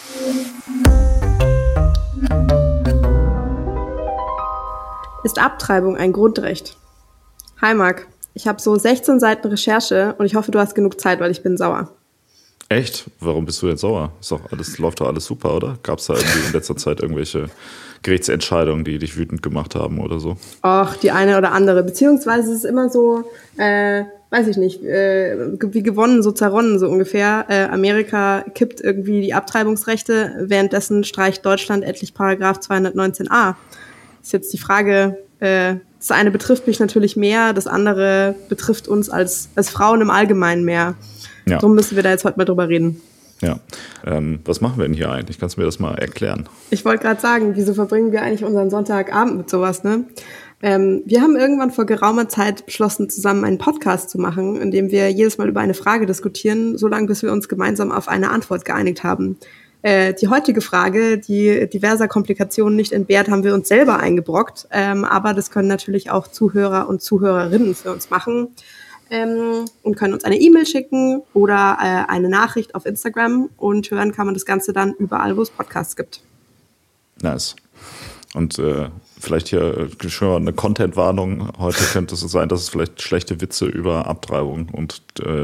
Ist Abtreibung ein Grundrecht? Hi Marc, ich habe so 16 Seiten Recherche und ich hoffe, du hast genug Zeit, weil ich bin sauer. Echt? Warum bist du jetzt sauer? Läuft doch alles super, oder? Gab es da irgendwie in letzter Zeit irgendwelche Gerichtsentscheidungen, die dich wütend gemacht haben oder so? Och, die eine oder andere. Beziehungsweise es ist immer so, weiß ich nicht, wie gewonnen, so zerronnen so ungefähr. Amerika kippt irgendwie die Abtreibungsrechte, währenddessen streicht Deutschland endlich Paragraph 219a. Ist jetzt die Frage, das eine betrifft mich natürlich mehr, das andere betrifft uns als Frauen im Allgemeinen mehr. Ja. Darum müssen wir da jetzt heute mal drüber reden. Ja, was machen wir denn hier eigentlich? Kannst du mir das mal erklären? Ich wollte gerade sagen, wieso verbringen wir eigentlich unseren Sonntagabend mit sowas, ne? Wir haben irgendwann vor geraumer Zeit beschlossen, zusammen einen Podcast zu machen, in dem wir jedes Mal über eine Frage diskutieren, solange bis wir uns gemeinsam auf eine Antwort geeinigt haben. Die heutige Frage, die diverser Komplikationen nicht entbehrt, haben wir uns selber eingebrockt, aber das können natürlich auch Zuhörer und Zuhörerinnen für uns machen. Und können uns eine E-Mail schicken oder eine Nachricht auf Instagram und hören kann man das Ganze dann überall, wo es Podcasts gibt. Nice. Und vielleicht hier schon mal eine Content-Warnung. Heute könnte es sein, dass es vielleicht schlechte Witze über Abtreibung und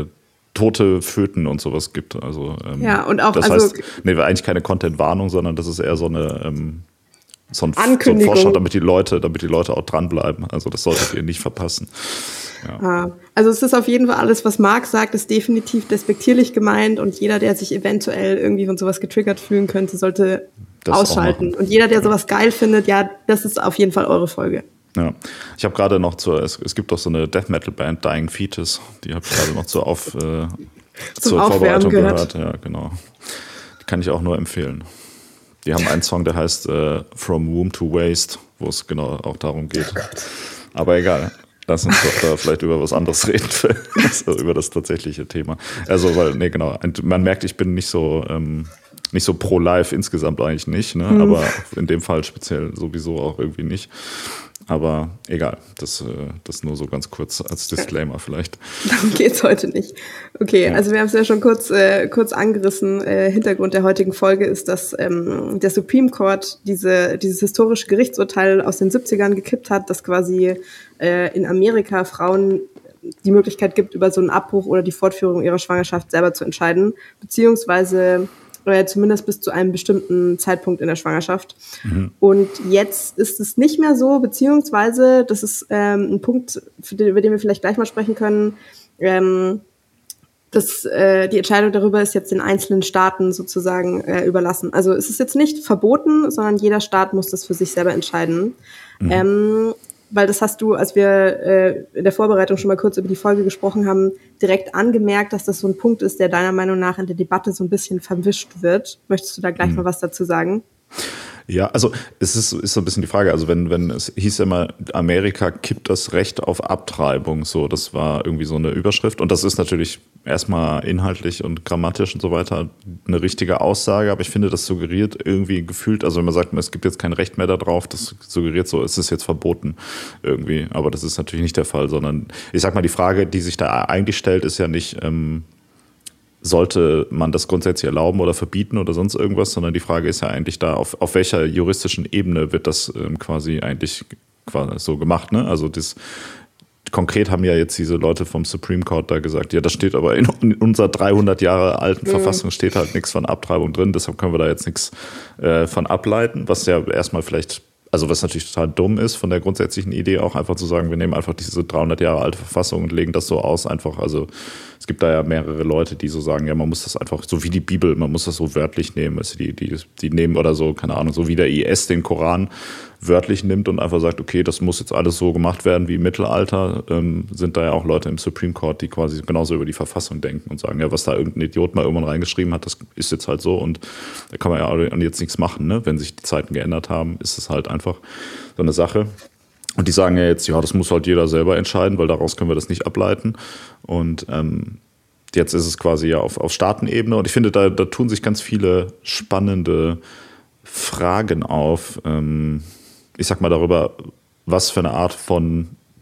tote Föten und sowas gibt. Also, ja, und auch, das heißt, eigentlich keine Content-Warnung, sondern das ist eher so ein Ankündigung. damit die Leute auch dranbleiben. Also das solltet ihr nicht verpassen. Ja. Also es ist auf jeden Fall alles, was Marc sagt, ist definitiv despektierlich gemeint und jeder, der sich eventuell irgendwie von sowas getriggert fühlen könnte, sollte das ausschalten. Und jeder, der sowas geil findet, ja, das ist auf jeden Fall eure Folge. Ja, ich habe gerade noch es gibt doch so eine Death Metal Band, Dying Fetus, die habe ich gerade noch zur Vorbereitung gehört. Ja, genau. Die kann ich auch nur empfehlen. Die haben einen Song, der heißt From Womb to Waste, wo es genau auch darum geht. Aber egal. Lass uns doch da vielleicht über was anderes reden, also über das tatsächliche Thema. Also, man merkt, ich bin nicht so pro-life insgesamt eigentlich nicht, ne? Aber in dem Fall speziell sowieso auch irgendwie nicht. Aber egal, das nur so ganz kurz als Disclaimer vielleicht. Darum geht's heute nicht. Okay, also wir haben es ja schon kurz angerissen. Hintergrund der heutigen Folge ist, dass der Supreme Court dieses historische Gerichtsurteil aus den 70ern gekippt hat, das quasi in Amerika Frauen die Möglichkeit gibt, über so einen Abbruch oder die Fortführung ihrer Schwangerschaft selber zu entscheiden, beziehungsweise zumindest bis zu einem bestimmten Zeitpunkt in der Schwangerschaft. Mhm. Und jetzt ist es nicht mehr so, beziehungsweise, das ist ein Punkt, über den wir vielleicht gleich mal sprechen können, die Entscheidung darüber ist jetzt den einzelnen Staaten sozusagen überlassen. Also es ist jetzt nicht verboten, sondern jeder Staat muss das für sich selber entscheiden. Mhm. Weil das hast du, als wir in der Vorbereitung schon mal kurz über die Folge gesprochen haben, direkt angemerkt, dass das so ein Punkt ist, der deiner Meinung nach in der Debatte so ein bisschen verwischt wird. Möchtest du da gleich mal was dazu sagen? Ja, also es ist so ein bisschen die Frage, also wenn es hieß immer, Amerika kippt das Recht auf Abtreibung, so, das war irgendwie so eine Überschrift und das ist natürlich erstmal inhaltlich und grammatisch und so weiter eine richtige Aussage, aber ich finde, das suggeriert irgendwie gefühlt, also wenn man sagt, es gibt jetzt kein Recht mehr darauf, das suggeriert so, es ist jetzt verboten irgendwie, aber das ist natürlich nicht der Fall, sondern ich sag mal, die Frage, die sich da eigentlich stellt, ist ja nicht, sollte man das grundsätzlich erlauben oder verbieten oder sonst irgendwas, sondern die Frage ist ja eigentlich da, auf welcher juristischen Ebene wird das quasi so gemacht, ne? Also konkret haben ja jetzt diese Leute vom Supreme Court da gesagt, ja, das steht aber in unserer 300 Jahre alten Verfassung steht halt nichts von Abtreibung drin, deshalb können wir da jetzt nichts von ableiten, was ja erstmal vielleicht, also was natürlich total dumm ist von der grundsätzlichen Idee auch einfach zu sagen, wir nehmen einfach diese 300 Jahre alte Verfassung und legen das so aus einfach, also es gibt da ja mehrere Leute, die so sagen, ja, man muss das einfach, so wie die Bibel, man muss das so wörtlich nehmen, also die nehmen oder so, keine Ahnung, so wie der IS den Koran wörtlich nimmt und einfach sagt, okay, das muss jetzt alles so gemacht werden wie im Mittelalter, sind da ja auch Leute im Supreme Court, die quasi genauso über die Verfassung denken und sagen, ja, was da irgendein Idiot mal irgendwann reingeschrieben hat, das ist jetzt halt so und da kann man ja jetzt nichts machen, ne? Wenn sich die Zeiten geändert haben, ist es halt einfach so eine Sache. Und die sagen ja jetzt, ja, das muss halt jeder selber entscheiden, weil daraus können wir das nicht ableiten. Und jetzt ist es quasi ja auf Staatenebene. Und ich finde, da tun sich ganz viele spannende Fragen auf. Ich sag mal darüber, was für eine Art von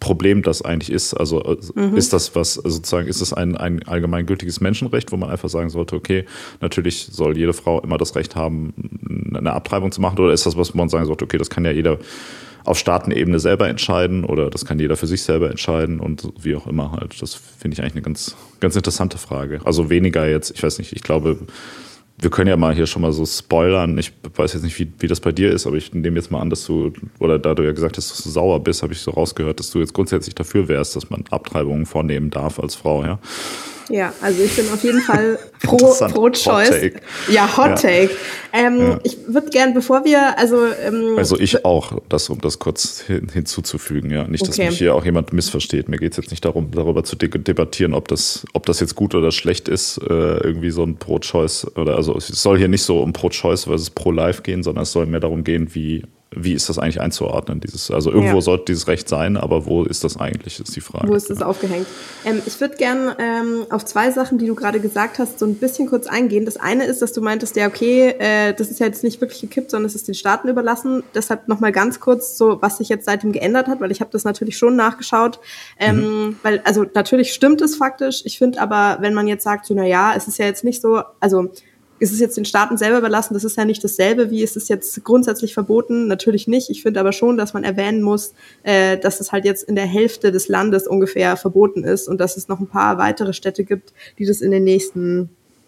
Problem das eigentlich ist. Also ist das was, sozusagen, ist es ein allgemeingültiges Menschenrecht, wo man einfach sagen sollte, okay, natürlich soll jede Frau immer das Recht haben, eine Abtreibung zu machen, oder ist das was, wo man sagen sollte, okay, das kann ja jeder auf Staatenebene selber entscheiden oder das kann jeder für sich selber entscheiden und wie auch immer halt. Das finde ich eigentlich eine ganz, ganz interessante Frage. Also weniger jetzt, ich weiß nicht, ich glaube, wir können ja mal hier schon mal so spoilern. Ich weiß jetzt nicht, wie das bei dir ist, aber ich nehme jetzt mal an, dass du, oder da du ja gesagt hast, dass du sauer bist, habe ich so rausgehört, dass du jetzt grundsätzlich dafür wärst, dass man Abtreibungen vornehmen darf als Frau, ja? Ja, also ich bin auf jeden Fall pro Choice. Hot Take. Ja, Hot Take. Ich würde gern, bevor wir, also ich auch, um das kurz hinzuzufügen, ja. Nicht, dass mich hier auch jemand missversteht. Mir geht es jetzt nicht darum, darüber zu debattieren, ob das jetzt gut oder schlecht ist, irgendwie so ein Pro-Choice, oder also es soll hier nicht so um Pro-Choice versus Pro-Life gehen, sondern es soll mehr darum gehen, wie ist das eigentlich einzuordnen? Also irgendwo sollte dieses Recht sein, aber wo ist das eigentlich, ist die Frage. Wo ist das aufgehängt? Ich würde gerne auf zwei Sachen, die du gerade gesagt hast, so ein bisschen kurz eingehen. Das eine ist, dass du meintest, ja okay, das ist ja jetzt nicht wirklich gekippt, sondern es ist den Staaten überlassen. Deshalb nochmal ganz kurz so, was sich jetzt seitdem geändert hat, weil ich habe das natürlich schon nachgeschaut. Weil, also natürlich stimmt es faktisch. Ich finde aber, wenn man jetzt sagt, so na es ist ja jetzt nicht so, also es ist jetzt den Staaten selber überlassen, das ist ja nicht dasselbe, wie ist es jetzt grundsätzlich verboten, natürlich nicht. Ich finde aber schon, dass man erwähnen muss, dass es halt jetzt in der Hälfte des Landes ungefähr verboten ist und dass es noch ein paar weitere Städte gibt, die das in den nächsten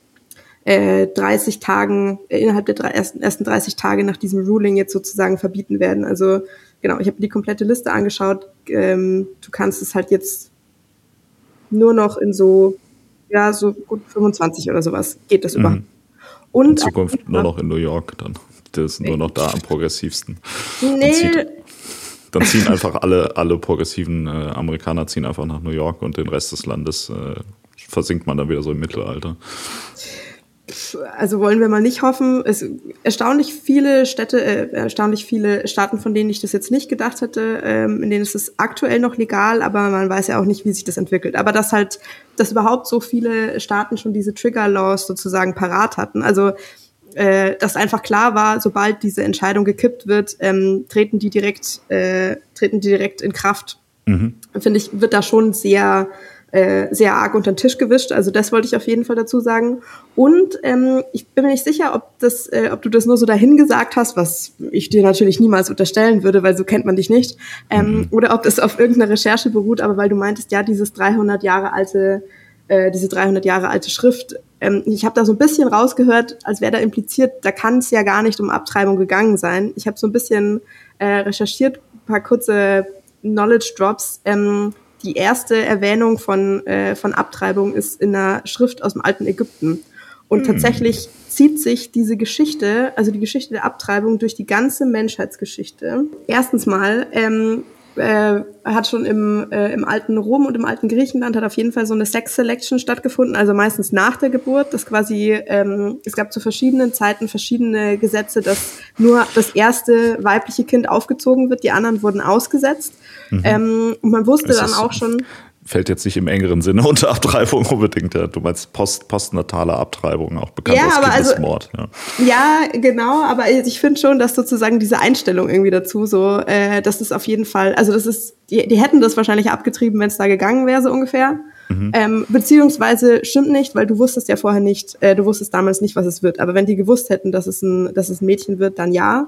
30 Tagen, innerhalb der ersten 30 Tage nach diesem Ruling jetzt sozusagen verbieten werden. Also genau, ich habe die komplette Liste angeschaut. Du kannst es halt jetzt nur noch in so gut 25 oder sowas geht das über. Und in Zukunft nur noch in New York dann. Das ist nur noch da am progressivsten. Nee. Dann ziehen einfach alle progressiven Amerikaner ziehen einfach nach New York und den Rest des Landes versinkt man dann wieder so im Mittelalter. Also wollen wir mal nicht hoffen. Erstaunlich viele Staaten, von denen ich das jetzt nicht gedacht hätte, in denen ist es aktuell noch legal, aber man weiß ja auch nicht, wie sich das entwickelt. Aber dass überhaupt so viele Staaten schon diese Trigger-Laws sozusagen parat hatten. Also dass einfach klar war, sobald diese Entscheidung gekippt wird, treten die direkt in Kraft. Finde ich, wird da schon sehr arg unter den Tisch gewischt. Also das wollte ich auf jeden Fall dazu sagen. Und ich bin mir nicht sicher, ob du das nur so dahin gesagt hast, was ich dir natürlich niemals unterstellen würde, weil so kennt man dich nicht. Oder ob das auf irgendeiner Recherche beruht, aber weil du meintest, ja, diese 300 Jahre alte Schrift. Ich habe da so ein bisschen rausgehört, als wäre da impliziert, da kann es ja gar nicht um Abtreibung gegangen sein. Ich habe so ein bisschen recherchiert, ein paar kurze Knowledge Drops. Die erste Erwähnung von Abtreibung ist in einer Schrift aus dem alten Ägypten. Und tatsächlich zieht sich diese Geschichte, also die Geschichte der Abtreibung, durch die ganze Menschheitsgeschichte. Erstens mal hat schon im alten Rom und im alten Griechenland hat auf jeden Fall so eine Sex Selection stattgefunden, also meistens nach der Geburt, dass quasi es gab zu verschiedenen Zeiten verschiedene Gesetze, dass nur das erste weibliche Kind aufgezogen wird, die anderen wurden ausgesetzt. Und man wusste dann auch schon, fällt jetzt nicht im engeren Sinne unter Abtreibung unbedingt. Ja. Du meinst postnatale Abtreibung, auch bekannt als Kindesmord. Ja, genau, aber ich finde schon, dass sozusagen diese Einstellung irgendwie dazu so, das ist auf jeden Fall, also das ist, die hätten das wahrscheinlich abgetrieben, wenn es da gegangen wäre, so ungefähr. Beziehungsweise stimmt nicht, weil du wusstest ja vorher nicht, du wusstest damals nicht, was es wird. Aber wenn die gewusst hätten, dass es ein Mädchen wird, dann ja.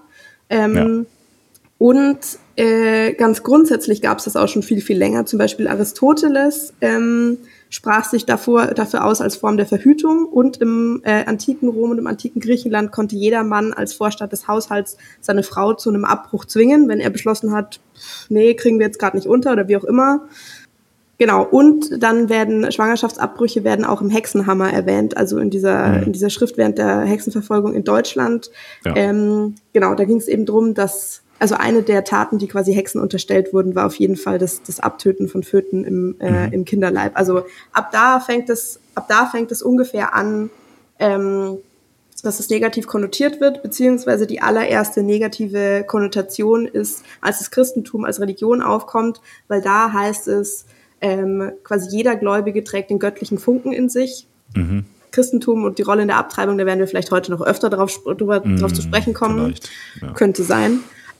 Und ganz grundsätzlich gab es das auch schon viel, viel länger. Zum Beispiel Aristoteles sprach sich dafür aus als Form der Verhütung. Und im antiken Rom und im antiken Griechenland konnte jeder Mann als Vorstand des Haushalts seine Frau zu einem Abbruch zwingen, wenn er beschlossen hat, nee, kriegen wir jetzt gerade nicht unter oder wie auch immer. Genau, und dann Schwangerschaftsabbrüche werden auch im Hexenhammer erwähnt, also in dieser Schrift während der Hexenverfolgung in Deutschland. Ja. Genau, da ging es eben drum, dass also eine der Taten, die quasi Hexen unterstellt wurden, war auf jeden Fall das Abtöten von Föten im Kinderleib. Also ab da fängt es ungefähr an, dass es negativ konnotiert wird, beziehungsweise die allererste negative Konnotation ist, als das Christentum als Religion aufkommt, weil da heißt es, quasi jeder Gläubige trägt den göttlichen Funken in sich. Christentum und die Rolle in der Abtreibung, da werden wir vielleicht heute noch öfter drauf zu sprechen kommen. Ja. Könnte sein.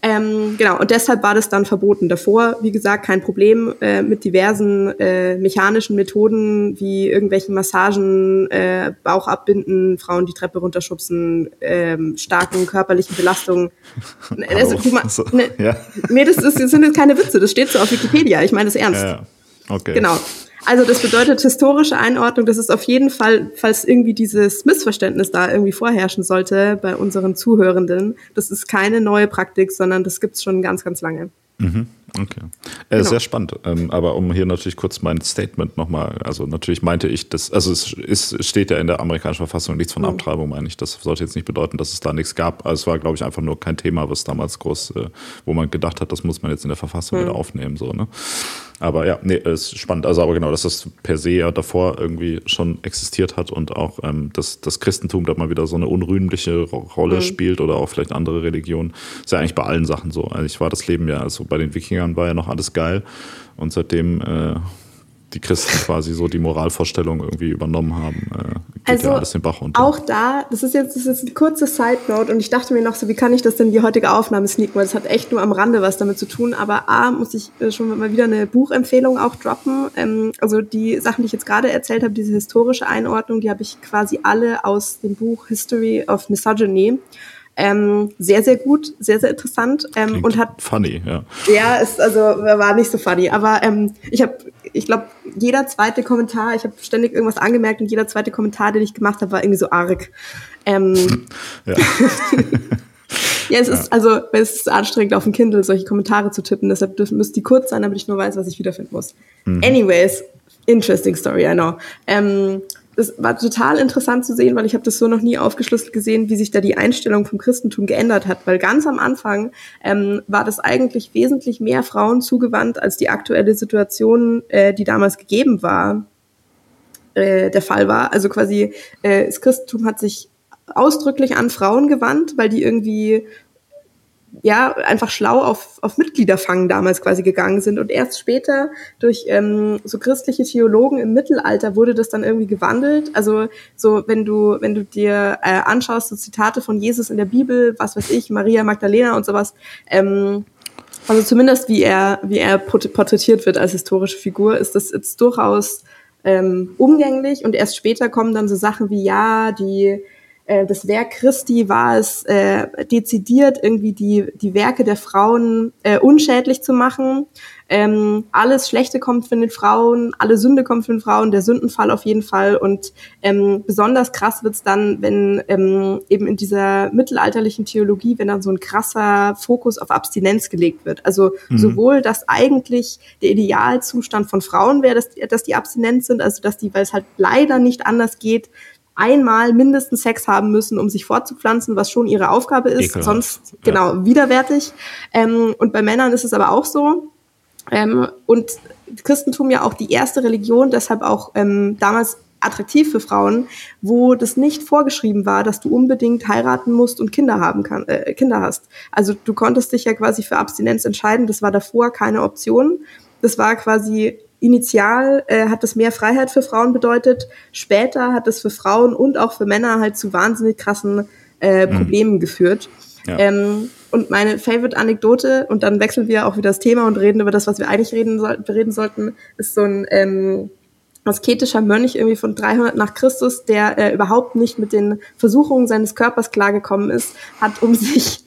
Genau, und deshalb war das dann verboten. Davor, wie gesagt, kein Problem mit diversen mechanischen Methoden wie irgendwelchen Massagen, Bauch abbinden, Frauen die Treppe runterschubsen, starken körperlichen Belastungen. Also, nee, das sind jetzt keine Witze, das steht so auf Wikipedia, ich meine das ernst. Ja, okay. Genau. Also das bedeutet historische Einordnung, das ist auf jeden Fall, falls irgendwie dieses Missverständnis da irgendwie vorherrschen sollte bei unseren Zuhörenden, das ist keine neue Praktik, sondern das gibt's schon ganz, ganz lange. Mhm. Okay. Genau. Sehr spannend. Aber um hier natürlich kurz mein Statement nochmal, also natürlich meinte ich, es steht ja in der amerikanischen Verfassung nichts von Abtreibung, meine ich. Das sollte jetzt nicht bedeuten, dass es da nichts gab. Also es war, glaube ich, einfach nur kein Thema, was damals groß, wo man gedacht hat, das muss man jetzt in der Verfassung wieder aufnehmen, so, ne? Aber ja, nee, ist spannend. Also aber genau, dass das per se ja davor irgendwie schon existiert hat und auch das Christentum da mal wieder so eine unrühmliche Rolle spielt oder auch vielleicht andere Religionen. Ist ja eigentlich bei allen Sachen so. Eigentlich war das Leben ja, also bei den Wikingern war ja noch alles geil und seitdem die Christen quasi so die Moralvorstellung irgendwie übernommen haben, geht ja alles den Bach runter. Auch da, das ist jetzt eine kurze Side-Note und ich dachte mir noch so, wie kann ich das denn die heutige Aufnahme sneaken, weil das hat echt nur am Rande was damit zu tun, aber muss ich schon mal wieder eine Buchempfehlung auch droppen. Also die Sachen, die ich jetzt gerade erzählt habe, diese historische Einordnung, die habe ich quasi alle aus dem Buch History of Misogyny. Sehr, sehr gut, sehr, sehr interessant. Und hat funny, ja. Ja, war nicht so funny. Aber ich glaube, jeder zweite Kommentar, ich habe ständig irgendwas angemerkt und jeder zweite Kommentar, den ich gemacht habe, war irgendwie so arg. Ja. Ja, es ist anstrengend auf dem Kindle, solche Kommentare zu tippen, deshalb müssen die kurz sein, damit ich nur weiß, was ich wiederfinden muss. Anyways, interesting story, I know. Es war total interessant zu sehen, weil ich habe das so noch nie aufgeschlüsselt gesehen, wie sich da die Einstellung vom Christentum geändert hat. Weil ganz am Anfang war das eigentlich wesentlich mehr Frauen zugewandt, als die aktuelle Situation, die damals gegeben war, der Fall war. Also quasi das Christentum hat sich ausdrücklich an Frauen gewandt, weil die irgendwie einfach schlau auf Mitgliederfang damals quasi gegangen sind und erst später durch so christliche Theologen im Mittelalter wurde das dann irgendwie gewandelt. Also so wenn du dir anschaust, so Zitate von Jesus in der Bibel, was weiß ich, Maria Magdalena und sowas, also zumindest wie er porträtiert wird als historische Figur, ist das jetzt durchaus umgänglich und erst später kommen dann so Sachen wie das Werk Christi war es dezidiert, irgendwie die Werke der Frauen unschädlich zu machen. Alles Schlechte kommt von den Frauen, alle Sünde kommt von den Frauen, der Sündenfall auf jeden Fall. Und besonders krass wird's dann, wenn eben in dieser mittelalterlichen Theologie, wenn dann so ein krasser Fokus auf Abstinenz gelegt wird. Also sowohl, dass eigentlich der Idealzustand von Frauen wäre, dass die abstinent sind, also dass die, weil es halt leider nicht anders geht, einmal mindestens Sex haben müssen, um sich fortzupflanzen, was schon ihre Aufgabe ist, ekelhaft. Sonst widerwärtig. Und bei Männern ist es aber auch so. Und Christentum ja auch die erste Religion, deshalb auch damals attraktiv für Frauen, wo das nicht vorgeschrieben war, dass du unbedingt heiraten musst und Kinder hast. Also du konntest dich ja quasi für Abstinenz entscheiden, das war davor keine Option. Das war quasi initial hat das mehr Freiheit für Frauen bedeutet, später hat es für Frauen und auch für Männer halt zu wahnsinnig krassen Problemen geführt. Ja. Und meine Favorite-Anekdote, und dann wechseln wir auch wieder das Thema und reden über das, was wir eigentlich reden sollten, ist so ein asketischer Mönch irgendwie von 300 nach Christus, der überhaupt nicht mit den Versuchungen seines Körpers klargekommen ist, hat um sich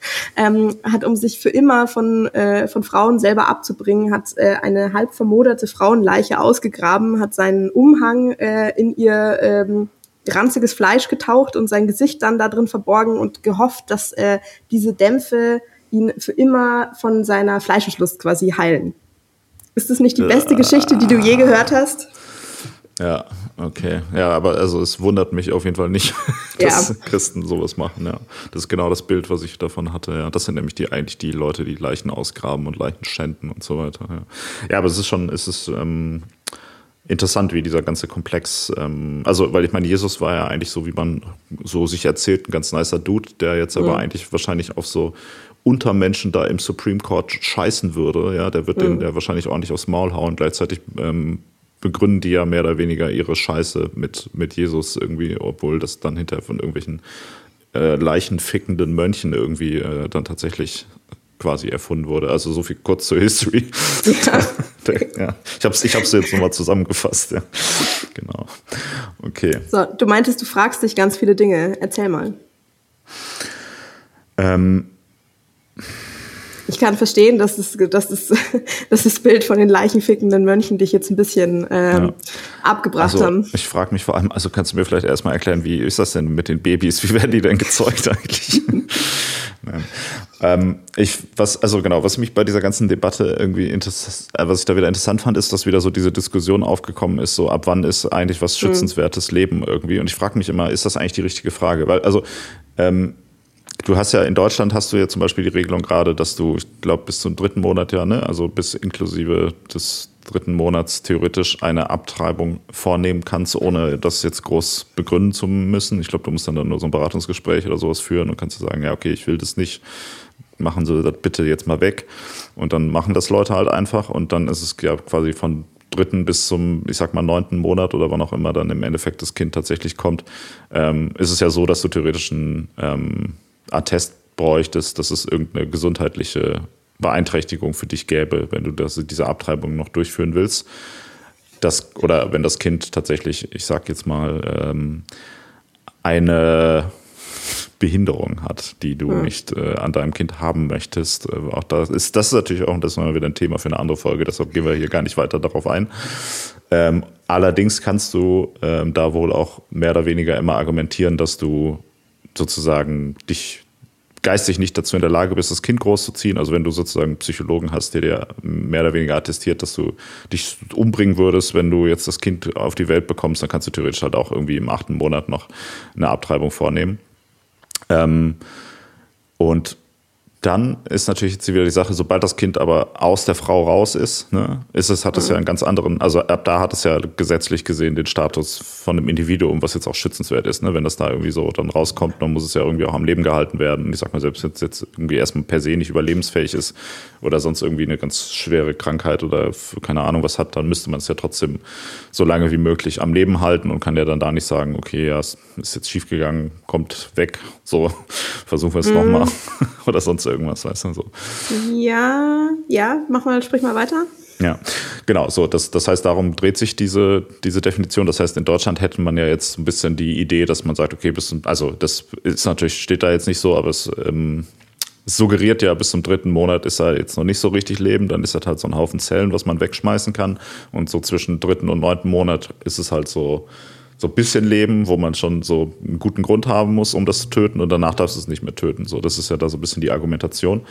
für immer von Frauen selber abzubringen, hat eine halb vermoderte Frauenleiche ausgegraben, hat seinen Umhang in ihr ranziges Fleisch getaucht und sein Gesicht dann da drin verborgen und gehofft, dass diese Dämpfe ihn für immer von seiner Fleischeslust quasi heilen. Ist das nicht die beste Geschichte, die du je gehört hast? Ja, okay. Ja, aber also es wundert mich auf jeden Fall nicht, dass Christen sowas machen. Ja, das ist genau das Bild, was ich davon hatte. Ja, das sind nämlich eigentlich die Leute, die Leichen ausgraben und Leichen schänden und so weiter. Ja, aber es ist interessant, wie dieser ganze Komplex, also weil ich meine, Jesus war ja eigentlich so, wie man so sich erzählt, ein ganz nicer Dude, der jetzt aber eigentlich wahrscheinlich auf so Untermenschen da im Supreme Court scheißen würde. Ja, der wird den ja wahrscheinlich ordentlich aufs Maul hauen. Gleichzeitig begründen die ja mehr oder weniger ihre Scheiße mit Jesus irgendwie, obwohl das dann hinterher von irgendwelchen leichenfickenden Mönchen irgendwie dann tatsächlich quasi erfunden wurde. Also so viel kurz zur History. Ja. Ich hab's jetzt nochmal zusammengefasst. Ja. Genau. Okay. So, du meintest, du fragst dich ganz viele Dinge. Erzähl mal. Ich kann verstehen, dass das Bild von den leichenfickenden Mönchen dich jetzt ein bisschen abgebracht haben. Ich frage mich vor allem, also kannst du mir vielleicht erstmal erklären, wie ist das denn mit den Babys? Wie werden die denn gezeugt eigentlich? Was mich bei dieser ganzen Debatte irgendwie was ich da wieder interessant fand, ist, dass wieder so diese Diskussion aufgekommen ist, so ab wann ist eigentlich was schützenswertes Leben irgendwie? Und ich frage mich immer, ist das eigentlich die richtige Frage? Weil, du hast ja in Deutschland hast du ja zum Beispiel die Regelung gerade, dass du, ich glaube, bis zum 3. Monat also bis inklusive des 3. Monats theoretisch eine Abtreibung vornehmen kannst, ohne das jetzt groß begründen zu müssen. Ich glaube, du musst dann nur so ein Beratungsgespräch oder sowas führen und kannst sagen, ja, okay, ich will das nicht, machen Sie das bitte jetzt mal weg. Und dann machen das Leute halt einfach und dann ist es ja quasi von 3. bis zum, ich sag mal, 9. Monat oder wann auch immer dann im Endeffekt das Kind tatsächlich kommt, ist es ja so, dass du theoretisch einen Attest bräuchtest, dass es irgendeine gesundheitliche Beeinträchtigung für dich gäbe, wenn du diese Abtreibung noch durchführen willst. Oder wenn das Kind tatsächlich, ich sag jetzt mal, eine Behinderung hat, die du nicht an deinem Kind haben möchtest. Auch das ist natürlich auch, das ist mal wieder ein Thema für eine andere Folge, deshalb gehen wir hier gar nicht weiter darauf ein. Allerdings kannst du da wohl auch mehr oder weniger immer argumentieren, dass du sozusagen dich geistig nicht dazu in der Lage bist, das Kind großzuziehen. Also wenn du sozusagen einen Psychologen hast, der dir mehr oder weniger attestiert, dass du dich umbringen würdest, wenn du jetzt das Kind auf die Welt bekommst, dann kannst du theoretisch halt auch irgendwie im 8. Monat noch eine Abtreibung vornehmen. Und dann ist natürlich jetzt wieder die Sache, sobald das Kind aber aus der Frau raus ist, ne, hat es ja einen ganz anderen, also ab da hat es ja gesetzlich gesehen den Status von einem Individuum, was jetzt auch schützenswert ist. Ne? Wenn das da irgendwie so dann rauskommt, dann muss es ja irgendwie auch am Leben gehalten werden. Und ich sag mal, selbst wenn es jetzt irgendwie erstmal per se nicht überlebensfähig ist oder sonst irgendwie eine ganz schwere Krankheit oder keine Ahnung was hat, dann müsste man es ja trotzdem so lange wie möglich am Leben halten und kann ja dann da nicht sagen, okay, ja, es ist jetzt schief gegangen, kommt weg, so, versuchen wir es nochmal oder sonst irgendwas, weißt du, so. Ja, sprich mal weiter. Ja, genau, so, das heißt, darum dreht sich diese Definition. Das heißt, in Deutschland hätte man ja jetzt ein bisschen die Idee, dass man sagt, okay, also das ist natürlich, steht da jetzt nicht so, aber es suggeriert ja, bis zum 3. Monat ist er jetzt noch nicht so richtig Leben, dann ist das halt so ein Haufen Zellen, was man wegschmeißen kann. Und so zwischen 3. und 9. Monat ist es halt so ein bisschen Leben, wo man schon so einen guten Grund haben muss, um das zu töten, und danach darfst du es nicht mehr töten. So, das ist ja da so ein bisschen die Argumentation.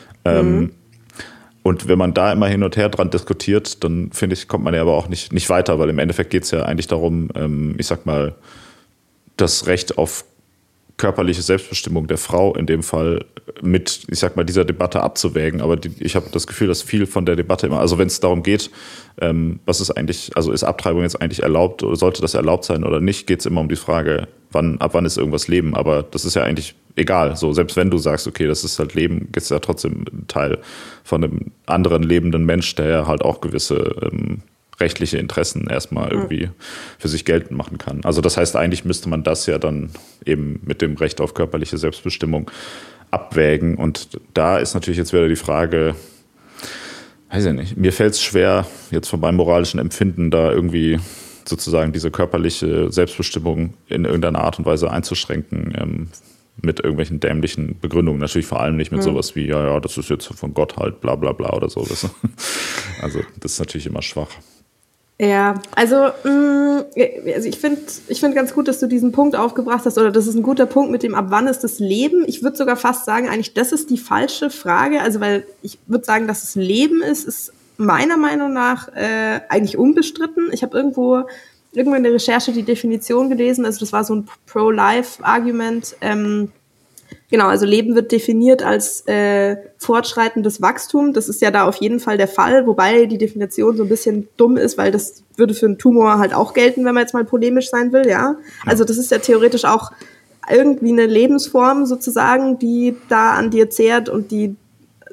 Und wenn man da immer hin und her dran diskutiert, dann finde ich, kommt man ja aber auch nicht weiter, weil im Endeffekt geht es ja eigentlich darum, ich sag mal, das Recht auf körperliche Selbstbestimmung der Frau in dem Fall mit, ich sag mal, dieser Debatte abzuwägen. Aber ich habe das Gefühl, dass viel von der Debatte immer, also wenn es darum geht, was ist eigentlich, also ist Abtreibung jetzt eigentlich erlaubt oder sollte das erlaubt sein oder nicht, geht es immer um die Frage, ab wann ist irgendwas Leben. Aber das ist ja eigentlich egal. So, selbst wenn du sagst, okay, das ist halt Leben, ist ja trotzdem ein Teil von einem anderen lebenden Mensch, der ja halt auch gewisse rechtliche Interessen erstmal irgendwie für sich geltend machen kann. Also das heißt, eigentlich müsste man das ja dann eben mit dem Recht auf körperliche Selbstbestimmung abwägen. Und da ist natürlich jetzt wieder die Frage, weiß ich nicht, mir fällt es schwer, jetzt von meinem moralischen Empfinden da irgendwie sozusagen diese körperliche Selbstbestimmung in irgendeiner Art und Weise einzuschränken, mit irgendwelchen dämlichen Begründungen. Natürlich vor allem nicht mit sowas wie, ja, das ist jetzt von Gott halt, bla bla bla oder sowas. Also das ist natürlich immer schwach. Ja, also ich finde ganz gut, dass du diesen Punkt aufgebracht hast, oder das ist ein guter Punkt mit dem, ab wann ist das Leben? Ich würde sogar fast sagen, eigentlich das ist die falsche Frage, also weil ich würde sagen, dass es Leben ist meiner Meinung nach eigentlich unbestritten. Ich habe irgendwo in der Recherche die Definition gelesen, also das war so ein Pro-Life-Argument. Genau, also Leben wird definiert als fortschreitendes Wachstum. Das ist ja da auf jeden Fall der Fall, wobei die Definition so ein bisschen dumm ist, weil das würde für einen Tumor halt auch gelten, wenn man jetzt mal polemisch sein will, ja. Also das ist ja theoretisch auch irgendwie eine Lebensform sozusagen, die da an dir zehrt und die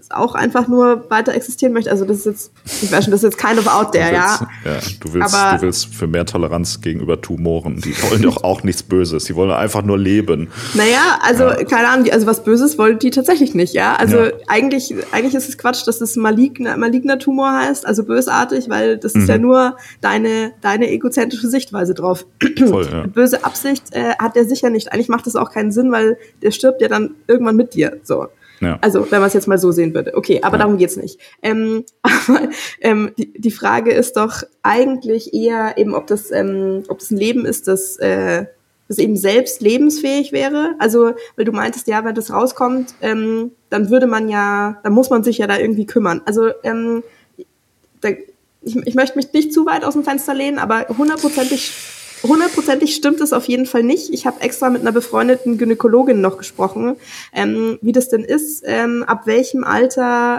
auch einfach nur weiter existieren möchte. Also das ist jetzt, ich weiß schon, das ist jetzt kind of out there, du willst für mehr Toleranz gegenüber Tumoren. Die wollen doch auch nichts Böses. Die wollen einfach nur leben. Naja, also keine Ahnung, also was Böses wollen die tatsächlich nicht, ja. Also eigentlich ist es Quatsch, dass es maligner Tumor heißt, also bösartig, weil das ist ja nur deine egozentrische Sichtweise drauf. Voll, ja. Böse Absicht hat der sicher nicht. Eigentlich macht das auch keinen Sinn, weil der stirbt ja dann irgendwann mit dir, so. Ja. Also, wenn man es jetzt mal so sehen würde. Okay, aber darum geht's nicht. Aber die Frage ist doch eigentlich eher eben, ob das ein Leben ist, das eben selbst lebensfähig wäre. Also, weil du meintest, ja, wenn das rauskommt, dann dann muss man sich ja da irgendwie kümmern. Also, ich möchte mich nicht zu weit aus dem Fenster lehnen, aber hundertprozentig stimmt es auf jeden Fall nicht. Ich habe extra mit einer befreundeten Gynäkologin noch gesprochen, wie das denn ist, ab welchem Alter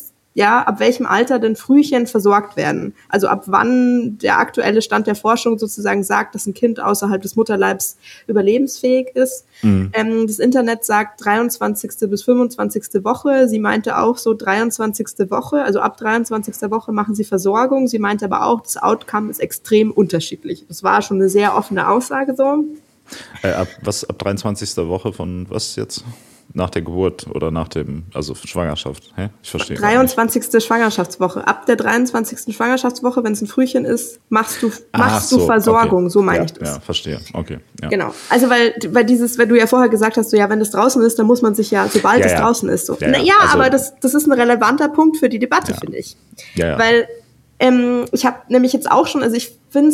denn Frühchen versorgt werden. Also ab wann der aktuelle Stand der Forschung sozusagen sagt, dass ein Kind außerhalb des Mutterleibs überlebensfähig ist. Das Internet sagt 23. bis 25. Woche. Sie meinte auch so 23. Woche, also ab 23. Woche machen sie Versorgung. Sie meinte aber auch, das Outcome ist extrem unterschiedlich. Das war schon eine sehr offene Aussage so. Ab 23. Woche von was jetzt? Nach der Geburt oder also Schwangerschaft. Hä? Ich verstehe. 23. Schwangerschaftswoche. Ab der 23. Schwangerschaftswoche, wenn es ein Frühchen ist, machst du Versorgung, okay. So meine ich das. Ja, verstehe. Okay. Ja. Genau. Also weil du ja vorher gesagt hast, so ja, wenn das draußen ist, dann muss man sich sobald es draußen ist, so. Aber das ist ein relevanter Punkt für die Debatte, finde ich. Ja. Weil ich habe nämlich jetzt auch schon, also ich fand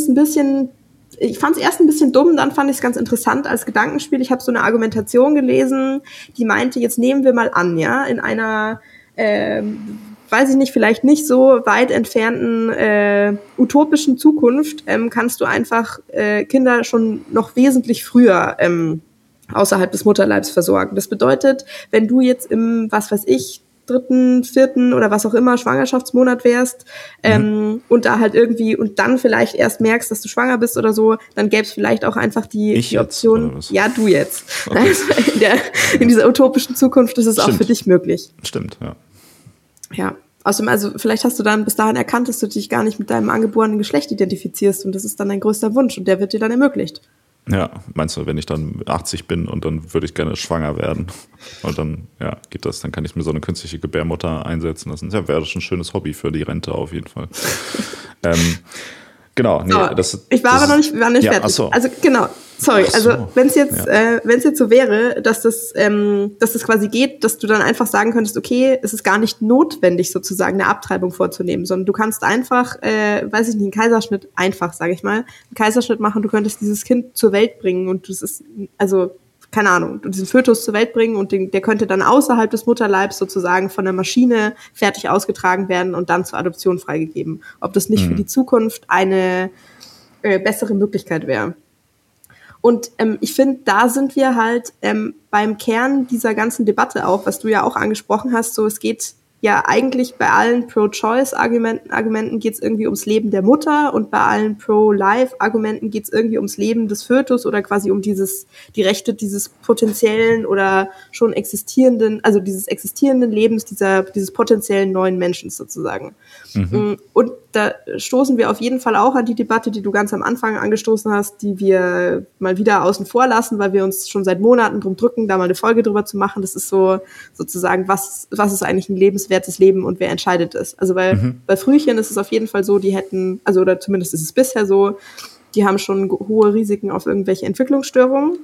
es erst ein bisschen dumm, dann fand ich es ganz interessant als Gedankenspiel. Ich habe so eine Argumentation gelesen, die meinte, jetzt nehmen wir mal an, ja, in einer, weiß ich nicht, vielleicht nicht so weit entfernten utopischen Zukunft kannst du einfach Kinder schon noch wesentlich früher außerhalb des Mutterleibs versorgen. Das bedeutet, wenn du jetzt im, was weiß ich, 3., 4. oder was auch immer Schwangerschaftsmonat wärst und da halt irgendwie und dann vielleicht erst merkst, dass du schwanger bist oder so, dann gäbe es vielleicht auch einfach die Option. Ja, du jetzt. Okay. Also in dieser utopischen Zukunft ist es auch für dich möglich. Stimmt, ja. Ja. Außerdem, also vielleicht hast du dann bis dahin erkannt, dass du dich gar nicht mit deinem angeborenen Geschlecht identifizierst und das ist dann dein größter Wunsch und der wird dir dann ermöglicht. Ja, meinst du, wenn ich dann 80 bin und dann würde ich gerne schwanger werden und dann, geht das, dann kann ich mir so eine künstliche Gebärmutter einsetzen lassen. Ja, wäre das schon ein schönes Hobby für die Rente auf jeden Fall. Genau. Nee, ich war aber noch nicht fertig. Ach so. Also genau, sorry. Also wenn es jetzt so wäre, dass das quasi geht, dass du dann einfach sagen könntest, okay, es ist gar nicht notwendig sozusagen eine Abtreibung vorzunehmen, sondern du kannst einfach, weiß ich nicht, einen Kaiserschnitt machen, du könntest dieses Kind zur Welt bringen und das ist, also keine Ahnung, diesen Fötus zur Welt bringen und der könnte dann außerhalb des Mutterleibs sozusagen von der Maschine fertig ausgetragen werden und dann zur Adoption freigegeben. Ob das nicht für die Zukunft eine bessere Möglichkeit wäre. Und ich finde, da sind wir halt beim Kern dieser ganzen Debatte auch, was du ja auch angesprochen hast, so es geht ja eigentlich bei allen Pro-Choice-Argumenten geht es irgendwie ums Leben der Mutter und bei allen Pro-Life-Argumenten geht es irgendwie ums Leben des Fötus oder quasi um die Rechte dieses potenziellen oder schon existierenden, also dieses existierenden Lebens dieses potenziellen neuen Menschen sozusagen. Und da stoßen wir auf jeden Fall auch an die Debatte, die du ganz am Anfang angestoßen hast, die wir mal wieder außen vor lassen, weil wir uns schon seit Monaten drum drücken, da mal eine Folge drüber zu machen. Das ist so sozusagen, was ist eigentlich ein lebenswertes Leben und wer entscheidet es? Also bei Frühchen ist es auf jeden Fall so, die hätten, also oder zumindest ist es bisher so, die haben schon hohe Risiken auf irgendwelche Entwicklungsstörungen.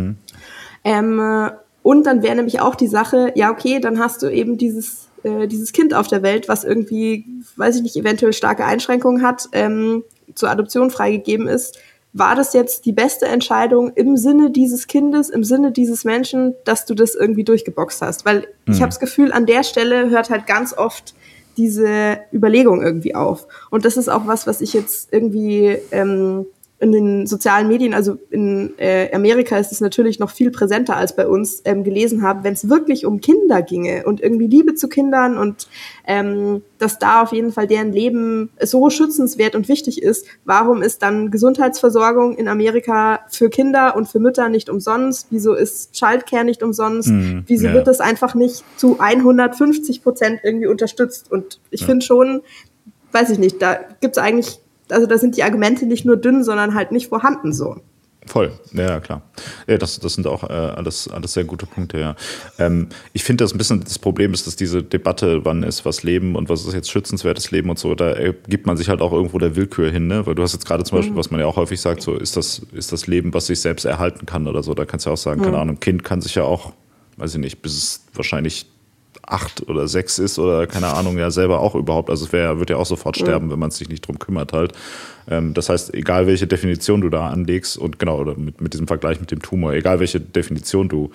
Und dann wäre nämlich auch die Sache, ja okay, dann hast du eben dieses Kind auf der Welt, was irgendwie, weiß ich nicht, eventuell starke Einschränkungen hat, zur Adoption freigegeben ist. War das jetzt die beste Entscheidung im Sinne dieses Kindes, im Sinne dieses Menschen, dass du das irgendwie durchgeboxt hast? Weil ich habe das Gefühl, an der Stelle hört halt ganz oft diese Überlegung irgendwie auf. Und das ist auch was ich jetzt irgendwie in den sozialen Medien, also in Amerika ist es natürlich noch viel präsenter als bei uns, gelesen habe, wenn es wirklich um Kinder ginge und irgendwie Liebe zu Kindern und dass da auf jeden Fall deren Leben so schützenswert und wichtig ist, warum ist dann Gesundheitsversorgung in Amerika für Kinder und für Mütter nicht umsonst? Wieso ist Childcare nicht umsonst? Wieso wird das einfach nicht zu 150% irgendwie unterstützt? Und ich finde schon, weiß ich nicht, da gibt's eigentlich, also da sind die Argumente nicht nur dünn, sondern halt nicht vorhanden so. Voll, ja, klar. Ja, das sind auch alles sehr gute Punkte, ja. Ich finde, das ein bisschen das Problem ist, dass diese Debatte, wann ist was Leben und was ist jetzt schützenswertes Leben und so, da gibt man sich halt auch irgendwo der Willkür hin, ne? Weil du hast jetzt gerade zum Beispiel, was man ja auch häufig sagt, so ist das Leben, was sich selbst erhalten kann oder so. Da kannst du ja auch sagen, keine Ahnung, ein Kind kann sich ja auch, weiß ich nicht, bis es wahrscheinlich 8 oder 6 ist oder keine Ahnung, ja selber auch überhaupt, also wird ja auch sofort sterben, wenn man sich nicht drum kümmert halt. Das heißt, egal welche Definition du da anlegst und genau, oder mit diesem Vergleich mit dem Tumor, egal welche Definition du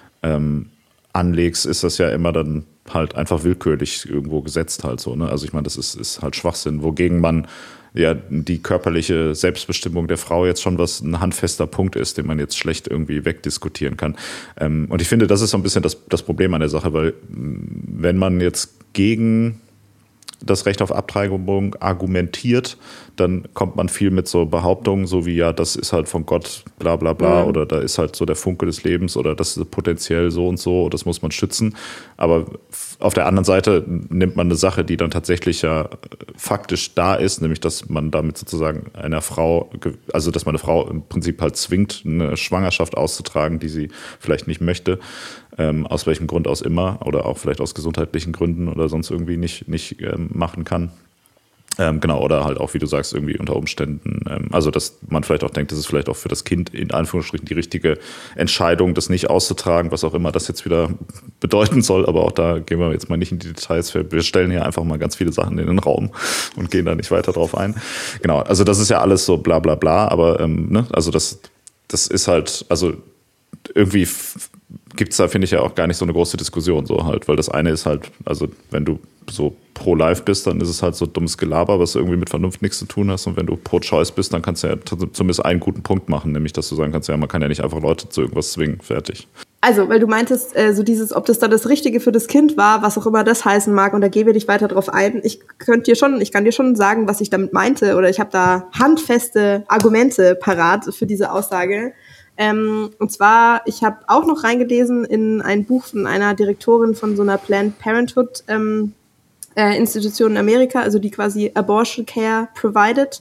anlegst, ist das ja immer dann halt einfach willkürlich irgendwo gesetzt halt so, ne? Also ich meine, das ist halt Schwachsinn, wogegen man ja die körperliche Selbstbestimmung der Frau jetzt schon ein handfester Punkt ist, den man jetzt schlecht irgendwie wegdiskutieren kann. Und ich finde, das ist so ein bisschen das Problem an der Sache, weil wenn man jetzt gegen das Recht auf Abtreibung argumentiert, dann kommt man viel mit so Behauptungen, so wie, ja, das ist halt von Gott, bla bla bla, oder da ist halt so der Funke des Lebens oder das ist potenziell so und so, das muss man schützen. Aber auf der anderen Seite nimmt man eine Sache, die dann tatsächlich ja faktisch da ist, nämlich dass man damit sozusagen einer Frau, also dass man eine Frau im Prinzip halt zwingt, eine Schwangerschaft auszutragen, die sie vielleicht nicht möchte, aus welchem Grund aus immer oder auch vielleicht aus gesundheitlichen Gründen oder sonst irgendwie nicht machen kann. Genau, oder halt auch, wie du sagst, irgendwie unter Umständen, also dass man vielleicht auch denkt, das ist vielleicht auch für das Kind in Anführungsstrichen die richtige Entscheidung, das nicht auszutragen, was auch immer das jetzt wieder bedeuten soll, aber auch da gehen wir jetzt mal nicht in die Details, wir stellen hier einfach mal ganz viele Sachen in den Raum und gehen da nicht weiter drauf ein. Genau, also das ist ja alles so bla bla bla, aber ne, also das ist halt, also irgendwie gibt es da, finde ich, ja auch gar nicht so eine große Diskussion so halt, weil das eine ist halt, also wenn du so pro-life bist, dann ist es halt so dummes Gelaber, was irgendwie mit Vernunft nichts zu tun hast, und wenn du pro-choice bist, dann kannst du ja zumindest einen guten Punkt machen, nämlich dass du sagen kannst, ja, man kann ja nicht einfach Leute zu irgendwas zwingen, fertig. Also, weil du meintest, so dieses, ob das dann das Richtige für das Kind war, was auch immer das heißen mag, und da gehen wir nicht weiter drauf ein. Ich kann dir schon sagen, was ich damit meinte, oder ich habe da handfeste Argumente parat für diese Aussage. Und zwar, ich habe auch noch reingelesen in ein Buch von einer Direktorin von so einer Planned Parenthood Institution in Amerika, also die quasi Abortion Care provided.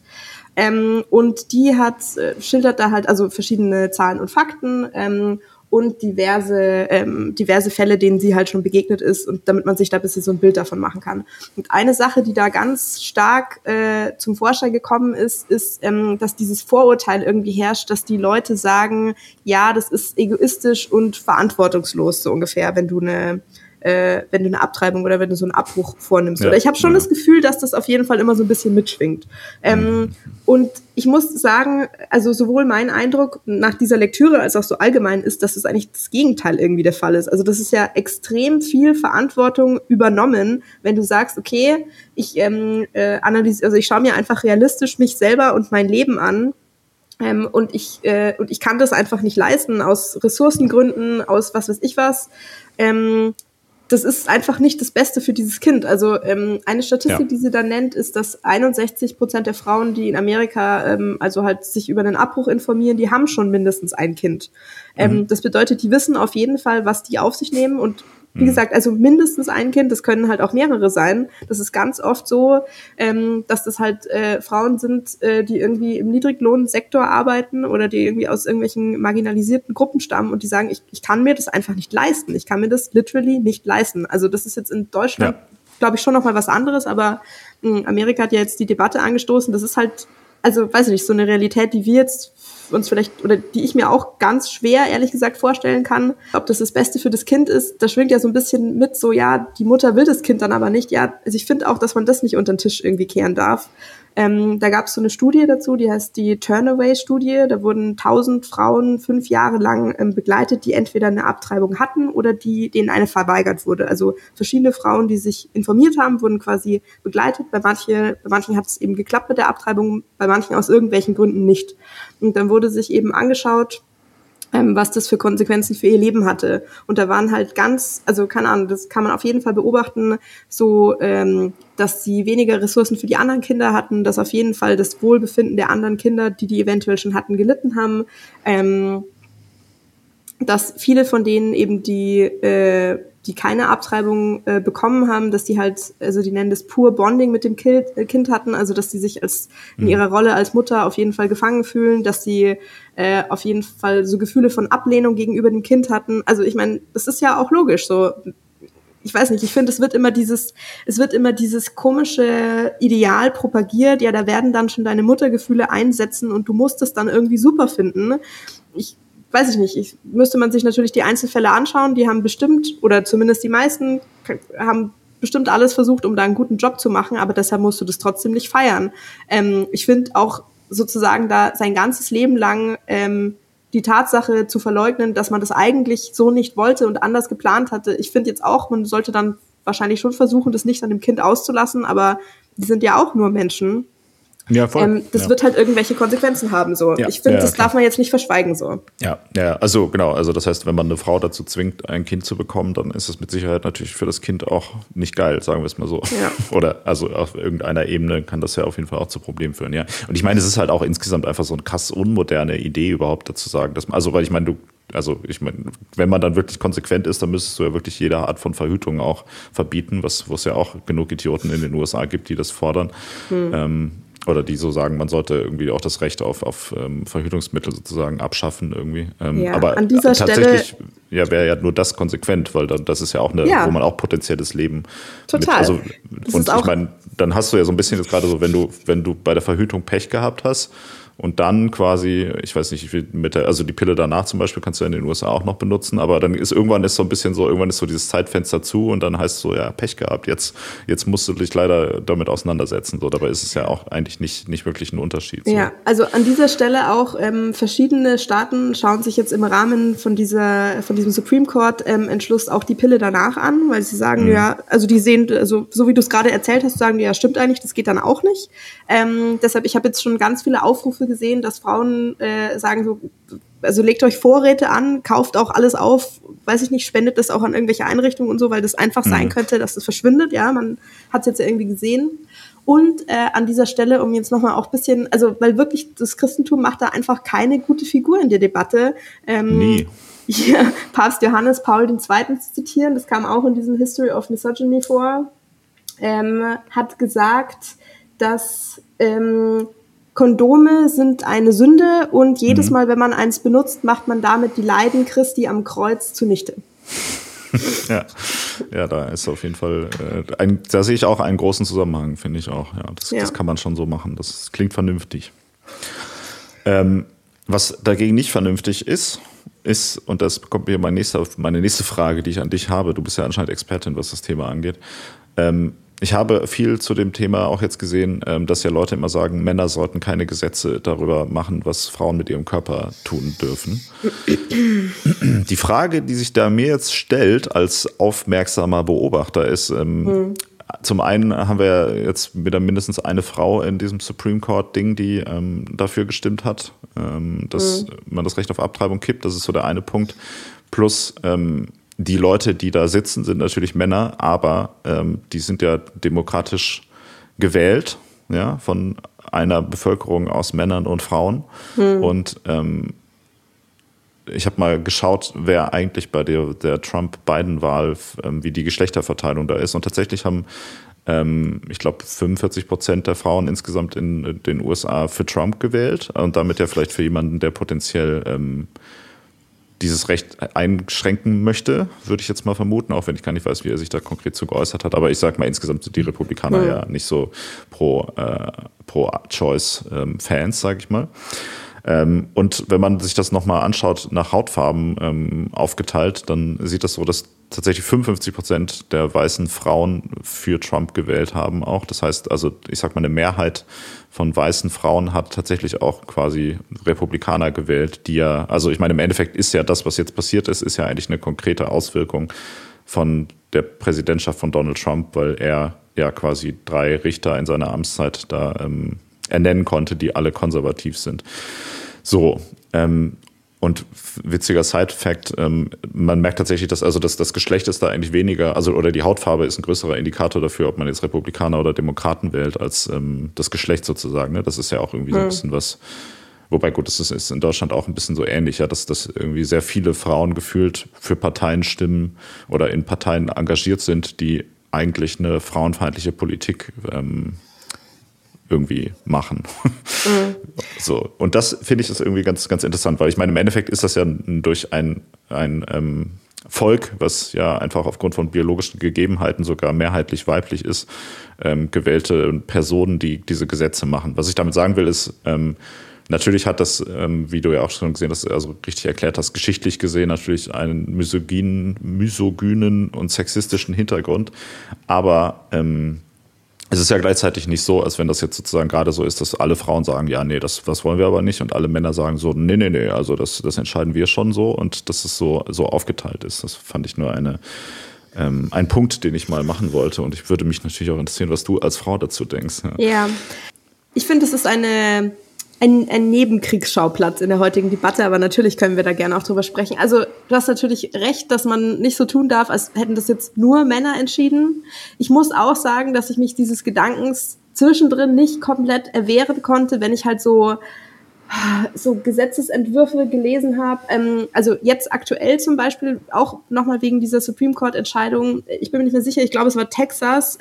Und die schildert da halt also verschiedene Zahlen und Fakten und diverse Fälle, denen sie halt schon begegnet ist, und damit man sich da ein bisschen so ein Bild davon machen kann. Und eine Sache, die da ganz stark zum Vorschein gekommen ist, dass dieses Vorurteil irgendwie herrscht, dass die Leute sagen, ja, das ist egoistisch und verantwortungslos so ungefähr, wenn du eine Abtreibung oder wenn du so einen Abbruch vornimmst. Ja, oder ich habe schon das Gefühl, dass das auf jeden Fall immer so ein bisschen mitschwingt. Und ich muss sagen, also sowohl mein Eindruck nach dieser Lektüre als auch so allgemein ist, dass es eigentlich das Gegenteil irgendwie der Fall ist. Also das ist ja extrem viel Verantwortung übernommen, wenn du sagst, okay, ich schaue mir einfach realistisch mich selber und mein Leben an. Und ich kann das einfach nicht leisten, aus Ressourcengründen, aus was weiß ich was. Das ist einfach nicht das Beste für dieses Kind. Also eine Statistik, die sie da nennt, ist, dass 61% der Frauen, die in Amerika also halt sich über einen Abbruch informieren, die haben schon mindestens ein Kind. Das bedeutet, die wissen auf jeden Fall, was die auf sich nehmen, und wie gesagt, also mindestens ein Kind, das können halt auch mehrere sein. Das ist ganz oft so, dass das halt Frauen sind, die irgendwie im Niedriglohnsektor arbeiten oder die irgendwie aus irgendwelchen marginalisierten Gruppen stammen und die sagen, ich kann mir das einfach nicht leisten. Ich kann mir das literally nicht leisten. Also das ist jetzt in Deutschland, glaube ich, schon noch mal was anderes, aber Amerika hat ja jetzt die Debatte angestoßen. Das ist halt, also weiß ich nicht, so eine Realität, die wir jetzt uns vielleicht, oder die ich mir auch ganz schwer, ehrlich gesagt, vorstellen kann, ob das Beste für das Kind ist. Da schwingt ja so ein bisschen mit, so, ja, die Mutter will das Kind dann aber nicht. Ja, also ich finde auch, dass man das nicht unter den Tisch irgendwie kehren darf. Da gab es so eine Studie dazu, die heißt die Turnaway-Studie. Da wurden 1000 Frauen 5 Jahre lang begleitet, die entweder eine Abtreibung hatten oder denen eine verweigert wurde. Also verschiedene Frauen, die sich informiert haben, wurden quasi begleitet. Bei manchen hat es eben geklappt mit der Abtreibung, bei manchen aus irgendwelchen Gründen nicht. Und dann wurde sich eben angeschaut, was das für Konsequenzen für ihr Leben hatte. Und da waren halt keine Ahnung, das kann man auf jeden Fall beobachten, so, dass sie weniger Ressourcen für die anderen Kinder hatten, dass auf jeden Fall das Wohlbefinden der anderen Kinder, die eventuell schon hatten, gelitten haben, dass viele von denen eben, die keine Abtreibung bekommen haben, dass die halt, also die nennen das pure Bonding mit dem Kind hatten, also dass die sich in ihrer Rolle als Mutter auf jeden Fall gefangen fühlen, dass sie auf jeden Fall so Gefühle von Ablehnung gegenüber dem Kind hatten. Also ich meine, das ist ja auch logisch so. Ich weiß nicht, ich finde, es wird immer dieses komische Ideal propagiert, ja, da werden dann schon deine Muttergefühle einsetzen und du musst es dann irgendwie super finden. Weiß ich nicht, müsste man sich natürlich die Einzelfälle anschauen, die haben bestimmt, oder zumindest die meisten, haben bestimmt alles versucht, um da einen guten Job zu machen, aber deshalb musst du das trotzdem nicht feiern. Ich finde auch sozusagen da sein ganzes Leben lang die Tatsache zu verleugnen, dass man das eigentlich so nicht wollte und anders geplant hatte. Ich finde jetzt auch, man sollte dann wahrscheinlich schon versuchen, das nicht an dem Kind auszulassen, aber die sind ja auch nur Menschen. Ja, voll. Das wird halt irgendwelche Konsequenzen haben. So. Ja, ich finde, das darf man jetzt nicht verschweigen. So. Ja, also genau. Also das heißt, wenn man eine Frau dazu zwingt, ein Kind zu bekommen, dann ist es mit Sicherheit natürlich für das Kind auch nicht geil, sagen wir es mal so. Ja. Oder also auf irgendeiner Ebene kann das ja auf jeden Fall auch zu Problemen führen. Ja. Und ich meine, es ist halt auch insgesamt einfach so eine krass unmoderne Idee überhaupt dazu sagen, dass man, also weil ich meine, wenn man dann wirklich konsequent ist, dann müsstest du ja wirklich jede Art von Verhütung auch verbieten, wo es ja auch genug Idioten in den USA gibt, die das fordern. Oder die so sagen, man sollte irgendwie auch das Recht auf Verhütungsmittel sozusagen abschaffen irgendwie. Aber an dieser tatsächlich wäre ja nur das konsequent, weil das ist ja auch wo man auch potenzielles Leben total. Und ich meine, dann hast du ja so ein bisschen jetzt gerade so, wenn du bei der Verhütung Pech gehabt hast und dann quasi, ich weiß nicht, also die Pille danach zum Beispiel kannst du in den USA auch noch benutzen, aber dann irgendwann ist so dieses Zeitfenster zu und dann heißt es so, ja, Pech gehabt, jetzt musst du dich leider damit auseinandersetzen. So, dabei ist es ja auch eigentlich nicht wirklich ein Unterschied. So. Ja, also an dieser Stelle auch verschiedene Staaten schauen sich jetzt im Rahmen von diesem Supreme Court Entschluss auch die Pille danach an, weil sie sagen, also die sehen, also so wie du es gerade erzählt hast, sagen die, ja, stimmt eigentlich, das geht dann auch nicht. Deshalb, ich habe jetzt schon ganz viele Aufrufe gesehen, dass Frauen sagen so, also legt euch Vorräte an, kauft auch alles auf, weiß ich nicht, spendet das auch an irgendwelche Einrichtungen und so, weil das einfach sein könnte, dass das verschwindet, ja, man hat es jetzt ja irgendwie gesehen. Und an dieser Stelle, um jetzt nochmal auch ein bisschen, also weil wirklich das Christentum macht da einfach keine gute Figur in der Debatte. Nie. Hier, Papst Johannes Paul II. Zu zitieren, das kam auch in diesem History of Misogyny vor, hat gesagt, dass Kondome sind eine Sünde und jedes Mal, wenn man eins benutzt, macht man damit die Leiden Christi am Kreuz zunichte. Ja, da ist auf jeden Fall, da sehe ich auch einen großen Zusammenhang, finde ich auch. Ja, das kann man schon so machen, das klingt vernünftig. Was dagegen nicht vernünftig ist, und das kommt mir meine nächste Frage, die ich an dich habe, du bist ja anscheinend Expertin, was das Thema angeht. Ich habe viel zu dem Thema auch jetzt gesehen, dass ja Leute immer sagen, Männer sollten keine Gesetze darüber machen, was Frauen mit ihrem Körper tun dürfen. Die Frage, die sich da mir jetzt stellt als aufmerksamer Beobachter ist, zum einen haben wir jetzt wieder mindestens eine Frau in diesem Supreme Court-Ding, die dafür gestimmt hat, dass man das Recht auf Abtreibung kippt. Das ist so der eine Punkt. Plus die Leute, die da sitzen, sind natürlich Männer, aber die sind ja demokratisch gewählt, ja, von einer Bevölkerung aus Männern und Frauen. Und ich habe mal geschaut, wer eigentlich bei der Trump-Biden-Wahl, wie die Geschlechterverteilung da ist. Und tatsächlich haben, ich glaube, 45% der Frauen insgesamt in den USA für Trump gewählt. Und damit ja vielleicht für jemanden, der potenziell dieses Recht einschränken möchte, würde ich jetzt mal vermuten, auch wenn ich gar nicht weiß, wie er sich da konkret zu geäußert hat. Aber ich sag mal, insgesamt sind die Republikaner ja nicht so pro-Choice-Fans, sage ich mal. Und wenn man sich das nochmal anschaut, nach Hautfarben aufgeteilt, dann sieht das so, dass tatsächlich 55% der weißen Frauen für Trump gewählt haben auch. Das heißt, also ich sag mal, eine Mehrheit von weißen Frauen hat tatsächlich auch quasi Republikaner gewählt, die ja, also ich meine, im Endeffekt ist ja das, was jetzt passiert ist ja eigentlich eine konkrete Auswirkung von der Präsidentschaft von Donald Trump, weil er ja quasi 3 Richter in seiner Amtszeit da ernennen konnte, die alle konservativ sind. So, und witziger Side-Fact, man merkt tatsächlich, dass also das Geschlecht ist da eigentlich weniger, also oder die Hautfarbe ist ein größerer Indikator dafür, ob man jetzt Republikaner oder Demokraten wählt, als das Geschlecht sozusagen. Ne? Das ist ja auch irgendwie so ein bisschen was, wobei gut, das ist in Deutschland auch ein bisschen so ähnlich, ja, dass irgendwie sehr viele Frauen gefühlt für Parteien stimmen oder in Parteien engagiert sind, die eigentlich eine frauenfeindliche Politik irgendwie machen. So. Und das finde ich ist irgendwie ganz, ganz interessant, weil ich meine, im Endeffekt ist das ja durch ein Volk, was ja einfach aufgrund von biologischen Gegebenheiten sogar mehrheitlich weiblich ist, gewählte Personen, die diese Gesetze machen. Was ich damit sagen will, ist, natürlich hat das, wie du ja auch schon gesehen hast, also richtig erklärt hast, geschichtlich gesehen natürlich einen misogynen und sexistischen Hintergrund. Aber es ist ja gleichzeitig nicht so, als wenn das jetzt sozusagen gerade so ist, dass alle Frauen sagen, ja, nee, das wollen wir aber nicht. Und alle Männer sagen so, nee, also das entscheiden wir schon so. Und dass es so aufgeteilt ist. Das fand ich nur ein Punkt, den ich mal machen wollte. Und ich würde mich natürlich auch interessieren, was du als Frau dazu denkst. Ja, ich finde, es ist ein Nebenkriegsschauplatz in der heutigen Debatte, aber natürlich können wir da gerne auch drüber sprechen. Also du hast natürlich recht, dass man nicht so tun darf, als hätten das jetzt nur Männer entschieden. Ich muss auch sagen, dass ich mich dieses Gedankens zwischendrin nicht komplett erwehren konnte, wenn ich halt so Gesetzesentwürfe gelesen habe. Also jetzt aktuell zum Beispiel, auch nochmal wegen dieser Supreme Court-Entscheidung, ich bin mir nicht mehr sicher, ich glaube, es war Texas,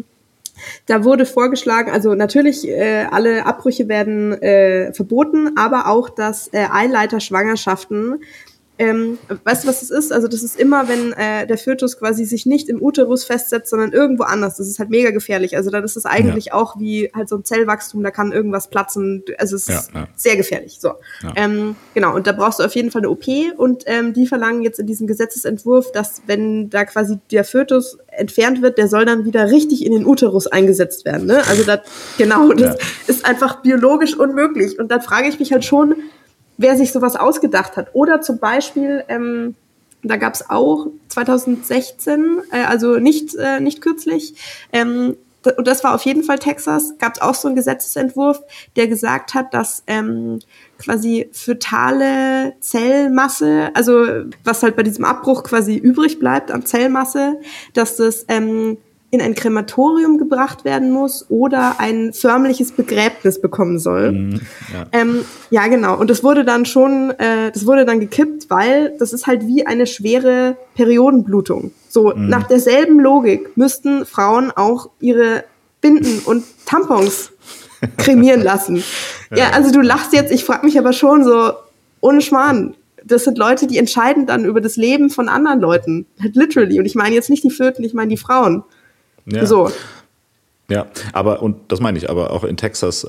da wurde vorgeschlagen, also natürlich alle Abbrüche werden verboten, aber auch, dass Eileiterschwangerschaften, weißt du, was das ist? Also das ist immer, wenn der Fötus quasi sich nicht im Uterus festsetzt, sondern irgendwo anders. Das ist halt mega gefährlich. Also dann ist es eigentlich auch wie halt so ein Zellwachstum, da kann irgendwas platzen. Also es ist sehr gefährlich. So, genau. Und da brauchst du auf jeden Fall eine OP und die verlangen jetzt in diesem Gesetzesentwurf, dass wenn da quasi der Fötus entfernt wird, der soll dann wieder richtig in den Uterus eingesetzt werden. Ne? Also das ist einfach biologisch unmöglich. Und dann frage ich mich halt schon, wer sich sowas ausgedacht hat. Oder zum Beispiel, da gab es auch 2016, also nicht kürzlich, und das war auf jeden Fall Texas, gab es auch so einen Gesetzesentwurf, der gesagt hat, dass quasi fötale Zellmasse, also was halt bei diesem Abbruch quasi übrig bleibt an Zellmasse, dass das in ein Krematorium gebracht werden muss oder ein förmliches Begräbnis bekommen soll. Ja, genau. Und das wurde dann gekippt, weil das ist halt wie eine schwere Periodenblutung. So, nach derselben Logik müssten Frauen auch ihre Binden und Tampons kremieren lassen. Ja, also du lachst jetzt, ich frage mich aber schon so, ohne Schmarrn. Das sind Leute, die entscheiden dann über das Leben von anderen Leuten. Halt literally. Und ich meine jetzt nicht die Föten, ich meine die Frauen. Ja. So. Ja, und das meine ich, aber auch in Texas,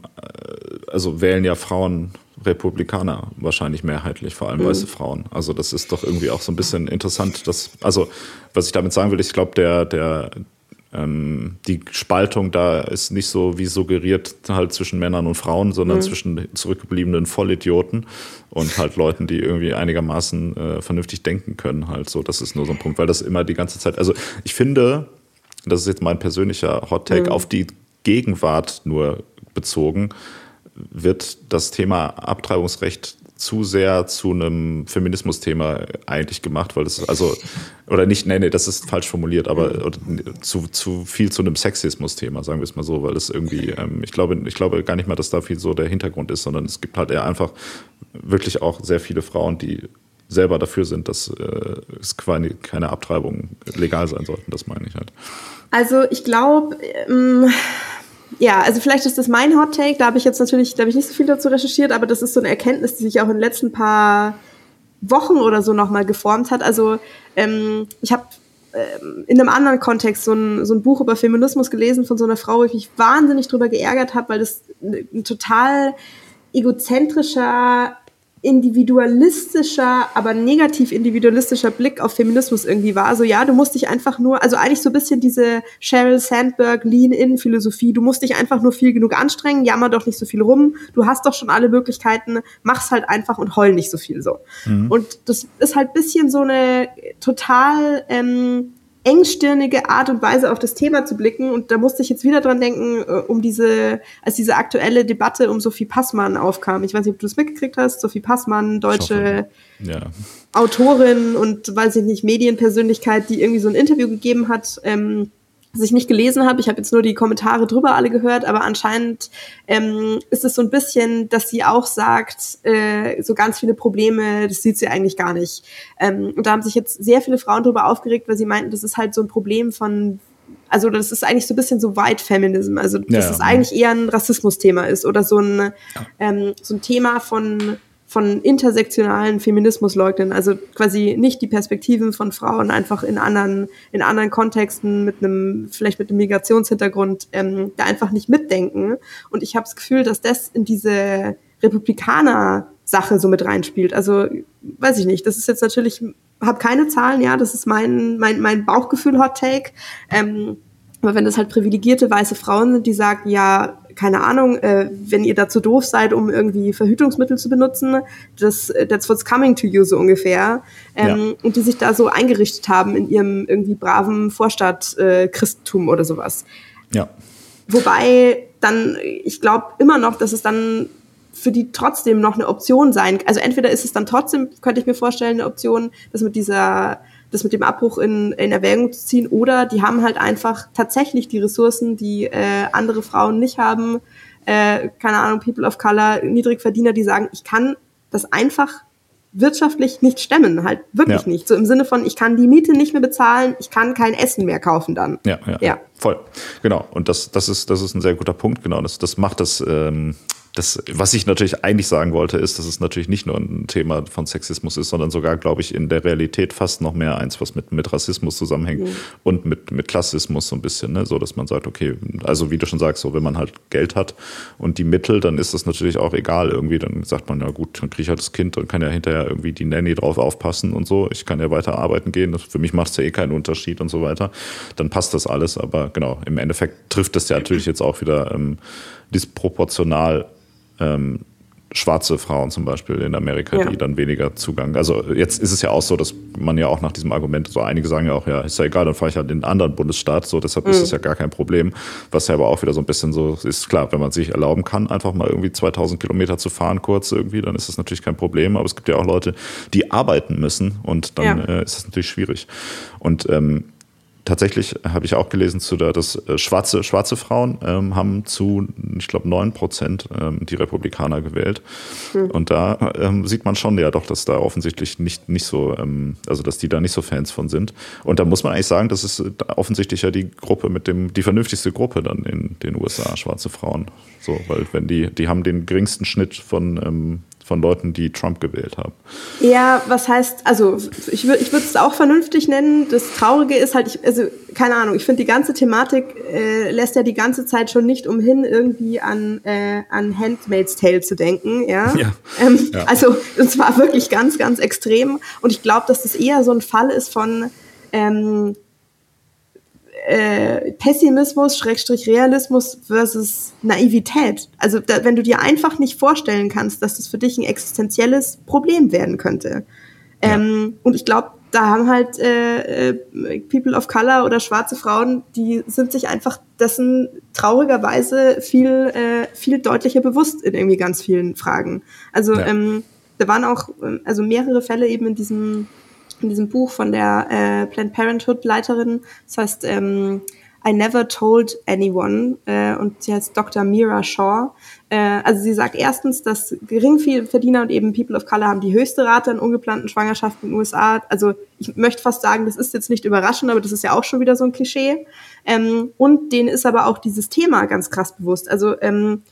also wählen ja Frauen Republikaner wahrscheinlich mehrheitlich, vor allem weiße Frauen. Also das ist doch irgendwie auch so ein bisschen interessant, also was ich damit sagen will, ich glaube, die Spaltung da ist nicht so wie suggeriert halt zwischen Männern und Frauen, sondern zwischen zurückgebliebenen Vollidioten und halt Leuten, die irgendwie einigermaßen vernünftig denken können halt so. Das ist nur so ein Punkt, weil das immer die ganze Zeit, also ich finde, das ist jetzt mein persönlicher Hot Take, auf die Gegenwart nur bezogen, wird das Thema Abtreibungsrecht zu sehr zu einem Feminismus-Thema eigentlich gemacht, weil das oder nicht, nee, das ist falsch formuliert, aber zu viel zu einem Sexismus-Thema, sagen wir es mal so, weil es irgendwie, ich glaube gar nicht mal, dass da viel so der Hintergrund ist, sondern es gibt halt eher einfach wirklich auch sehr viele Frauen, die selber dafür sind, dass es keine Abtreibungen legal sein sollten, das meine ich halt. Also ich glaube, also vielleicht ist das mein Hot Take, da habe ich nicht so viel dazu recherchiert, aber das ist so eine Erkenntnis, die sich auch in den letzten paar Wochen oder so nochmal geformt hat. Also ich habe in einem anderen Kontext so ein Buch über Feminismus gelesen von so einer Frau, wo ich mich wahnsinnig drüber geärgert habe, weil das ein total egozentrischer, individualistischer, aber negativ individualistischer Blick auf Feminismus irgendwie war. So, ja, du musst dich einfach nur, also eigentlich so ein bisschen diese Sheryl Sandberg Lean-In-Philosophie, du musst dich einfach nur viel genug anstrengen, jammer doch nicht so viel rum, du hast doch schon alle Möglichkeiten, mach's halt einfach und heul nicht so viel so. Und das ist halt bisschen so eine total engstirnige Art und Weise auf das Thema zu blicken. Und da musste ich jetzt wieder dran denken, als diese aktuelle Debatte um Sophie Passmann aufkam. Ich weiß nicht, ob du das mitgekriegt hast. Sophie Passmann, deutsche Autorin und, weiß ich nicht, Medienpersönlichkeit, die irgendwie so ein Interview gegeben hat, das ich nicht gelesen habe. Ich habe jetzt nur die Kommentare drüber alle gehört, aber anscheinend ist es so ein bisschen, dass sie auch sagt, so ganz viele Probleme, das sieht sie eigentlich gar nicht. Und da haben sich jetzt sehr viele Frauen drüber aufgeregt, weil sie meinten, das ist halt so ein Problem also das ist eigentlich so ein bisschen so White Feminism, also dass es eigentlich eher ein Rassismusthema ist oder so ein Thema von intersektionalen Feminismusleugnen, also quasi nicht die Perspektiven von Frauen einfach in anderen Kontexten vielleicht mit einem Migrationshintergrund da einfach nicht mitdenken. Und ich habe das Gefühl, dass das in diese Republikaner-Sache so mit reinspielt. Also weiß ich nicht. Das ist jetzt natürlich, habe keine Zahlen, ja, das ist mein Bauchgefühl Hot Take. Aber wenn das halt privilegierte weiße Frauen sind, die sagen, ja, keine Ahnung, wenn ihr dazu doof seid, um irgendwie Verhütungsmittel zu benutzen, that's what's coming to you, so ungefähr. Und die sich da so eingerichtet haben in ihrem irgendwie braven Vorstadt-Christentum oder sowas. Ja. Wobei dann, ich glaube immer noch, dass es dann für die trotzdem noch eine Option sein. Also entweder ist es dann trotzdem, könnte ich mir vorstellen, eine Option, das mit dem Abbruch in Erwägung zu ziehen, oder die haben halt einfach tatsächlich die Ressourcen, die andere Frauen nicht haben, keine Ahnung, People of Color, Niedrigverdiener, die sagen, ich kann das einfach wirtschaftlich nicht stemmen, halt wirklich nicht. So im Sinne von, ich kann die Miete nicht mehr bezahlen, ich kann kein Essen mehr kaufen dann. Ja. Voll. Genau. Und das ist ein sehr guter Punkt. Genau. Das macht das, was ich natürlich eigentlich sagen wollte, ist, dass es natürlich nicht nur ein Thema von Sexismus ist, sondern sogar, glaube ich, in der Realität fast noch mehr eins, was mit Rassismus zusammenhängt und mit Klassismus so ein bisschen, ne? So, dass man sagt, okay, also wie du schon sagst, so, wenn man halt Geld hat und die Mittel, dann ist das natürlich auch egal irgendwie, dann sagt man, ja gut, dann kriege ich halt das Kind und kann ja hinterher irgendwie die Nanny drauf aufpassen und so, ich kann ja weiter arbeiten gehen, für mich macht es ja eh keinen Unterschied und so weiter, dann passt das alles, aber genau, im Endeffekt trifft das ja natürlich jetzt auch wieder disproportional schwarze Frauen zum Beispiel in Amerika, die dann weniger Zugang. Also jetzt ist es ja auch so, dass man ja auch nach diesem Argument, so einige sagen ja auch, ja, ist ja egal, dann fahre ich halt in einen anderen Bundesstaat, so deshalb ist es ja gar kein Problem. Was ja aber auch wieder so ein bisschen so ist, klar, wenn man sich erlauben kann, einfach mal irgendwie 2000 Kilometer zu fahren kurz irgendwie, dann ist das natürlich kein Problem. Aber es gibt ja auch Leute, die arbeiten müssen und dann ist das natürlich schwierig. Und tatsächlich habe ich auch gelesen, dass schwarze Frauen haben zu, ich glaube, 9% die Republikaner gewählt. Und da sieht man schon ja doch, dass da offensichtlich nicht so, also dass die da nicht so Fans von sind. Und da muss man eigentlich sagen, das ist offensichtlich ja die Gruppe die vernünftigste Gruppe dann in den USA, schwarze Frauen. So, weil wenn die haben den geringsten Schnitt von Leuten, die Trump gewählt haben. Ja, was heißt, also ich würde es auch vernünftig nennen. Das Traurige ist halt, keine Ahnung, ich finde die ganze Thematik lässt ja die ganze Zeit schon nicht umhin, irgendwie an Handmaid's Tale zu denken. Ja? Also und zwar wirklich ganz, ganz extrem. Und ich glaube, dass das eher so ein Fall ist von Pessimismus, Realismus versus Naivität. Also wenn du dir einfach nicht vorstellen kannst, dass das für dich ein existenzielles Problem werden könnte. Und ich glaube, da haben halt People of Color oder schwarze Frauen, die sind sich einfach dessen traurigerweise viel deutlicher bewusst in irgendwie ganz vielen Fragen. Also da waren auch mehrere Fälle eben in diesem Buch von der Planned Parenthood-Leiterin, das heißt I Never Told Anyone, und sie heißt Dr. Mira Shaw. Also sie sagt erstens, dass Geringverdiener und eben People of Color haben die höchste Rate an ungeplanten Schwangerschaften in den USA. Also ich möchte fast sagen, das ist jetzt nicht überraschend, aber das ist ja auch schon wieder so ein Klischee. Und denen ist aber auch dieses Thema ganz krass bewusst. Also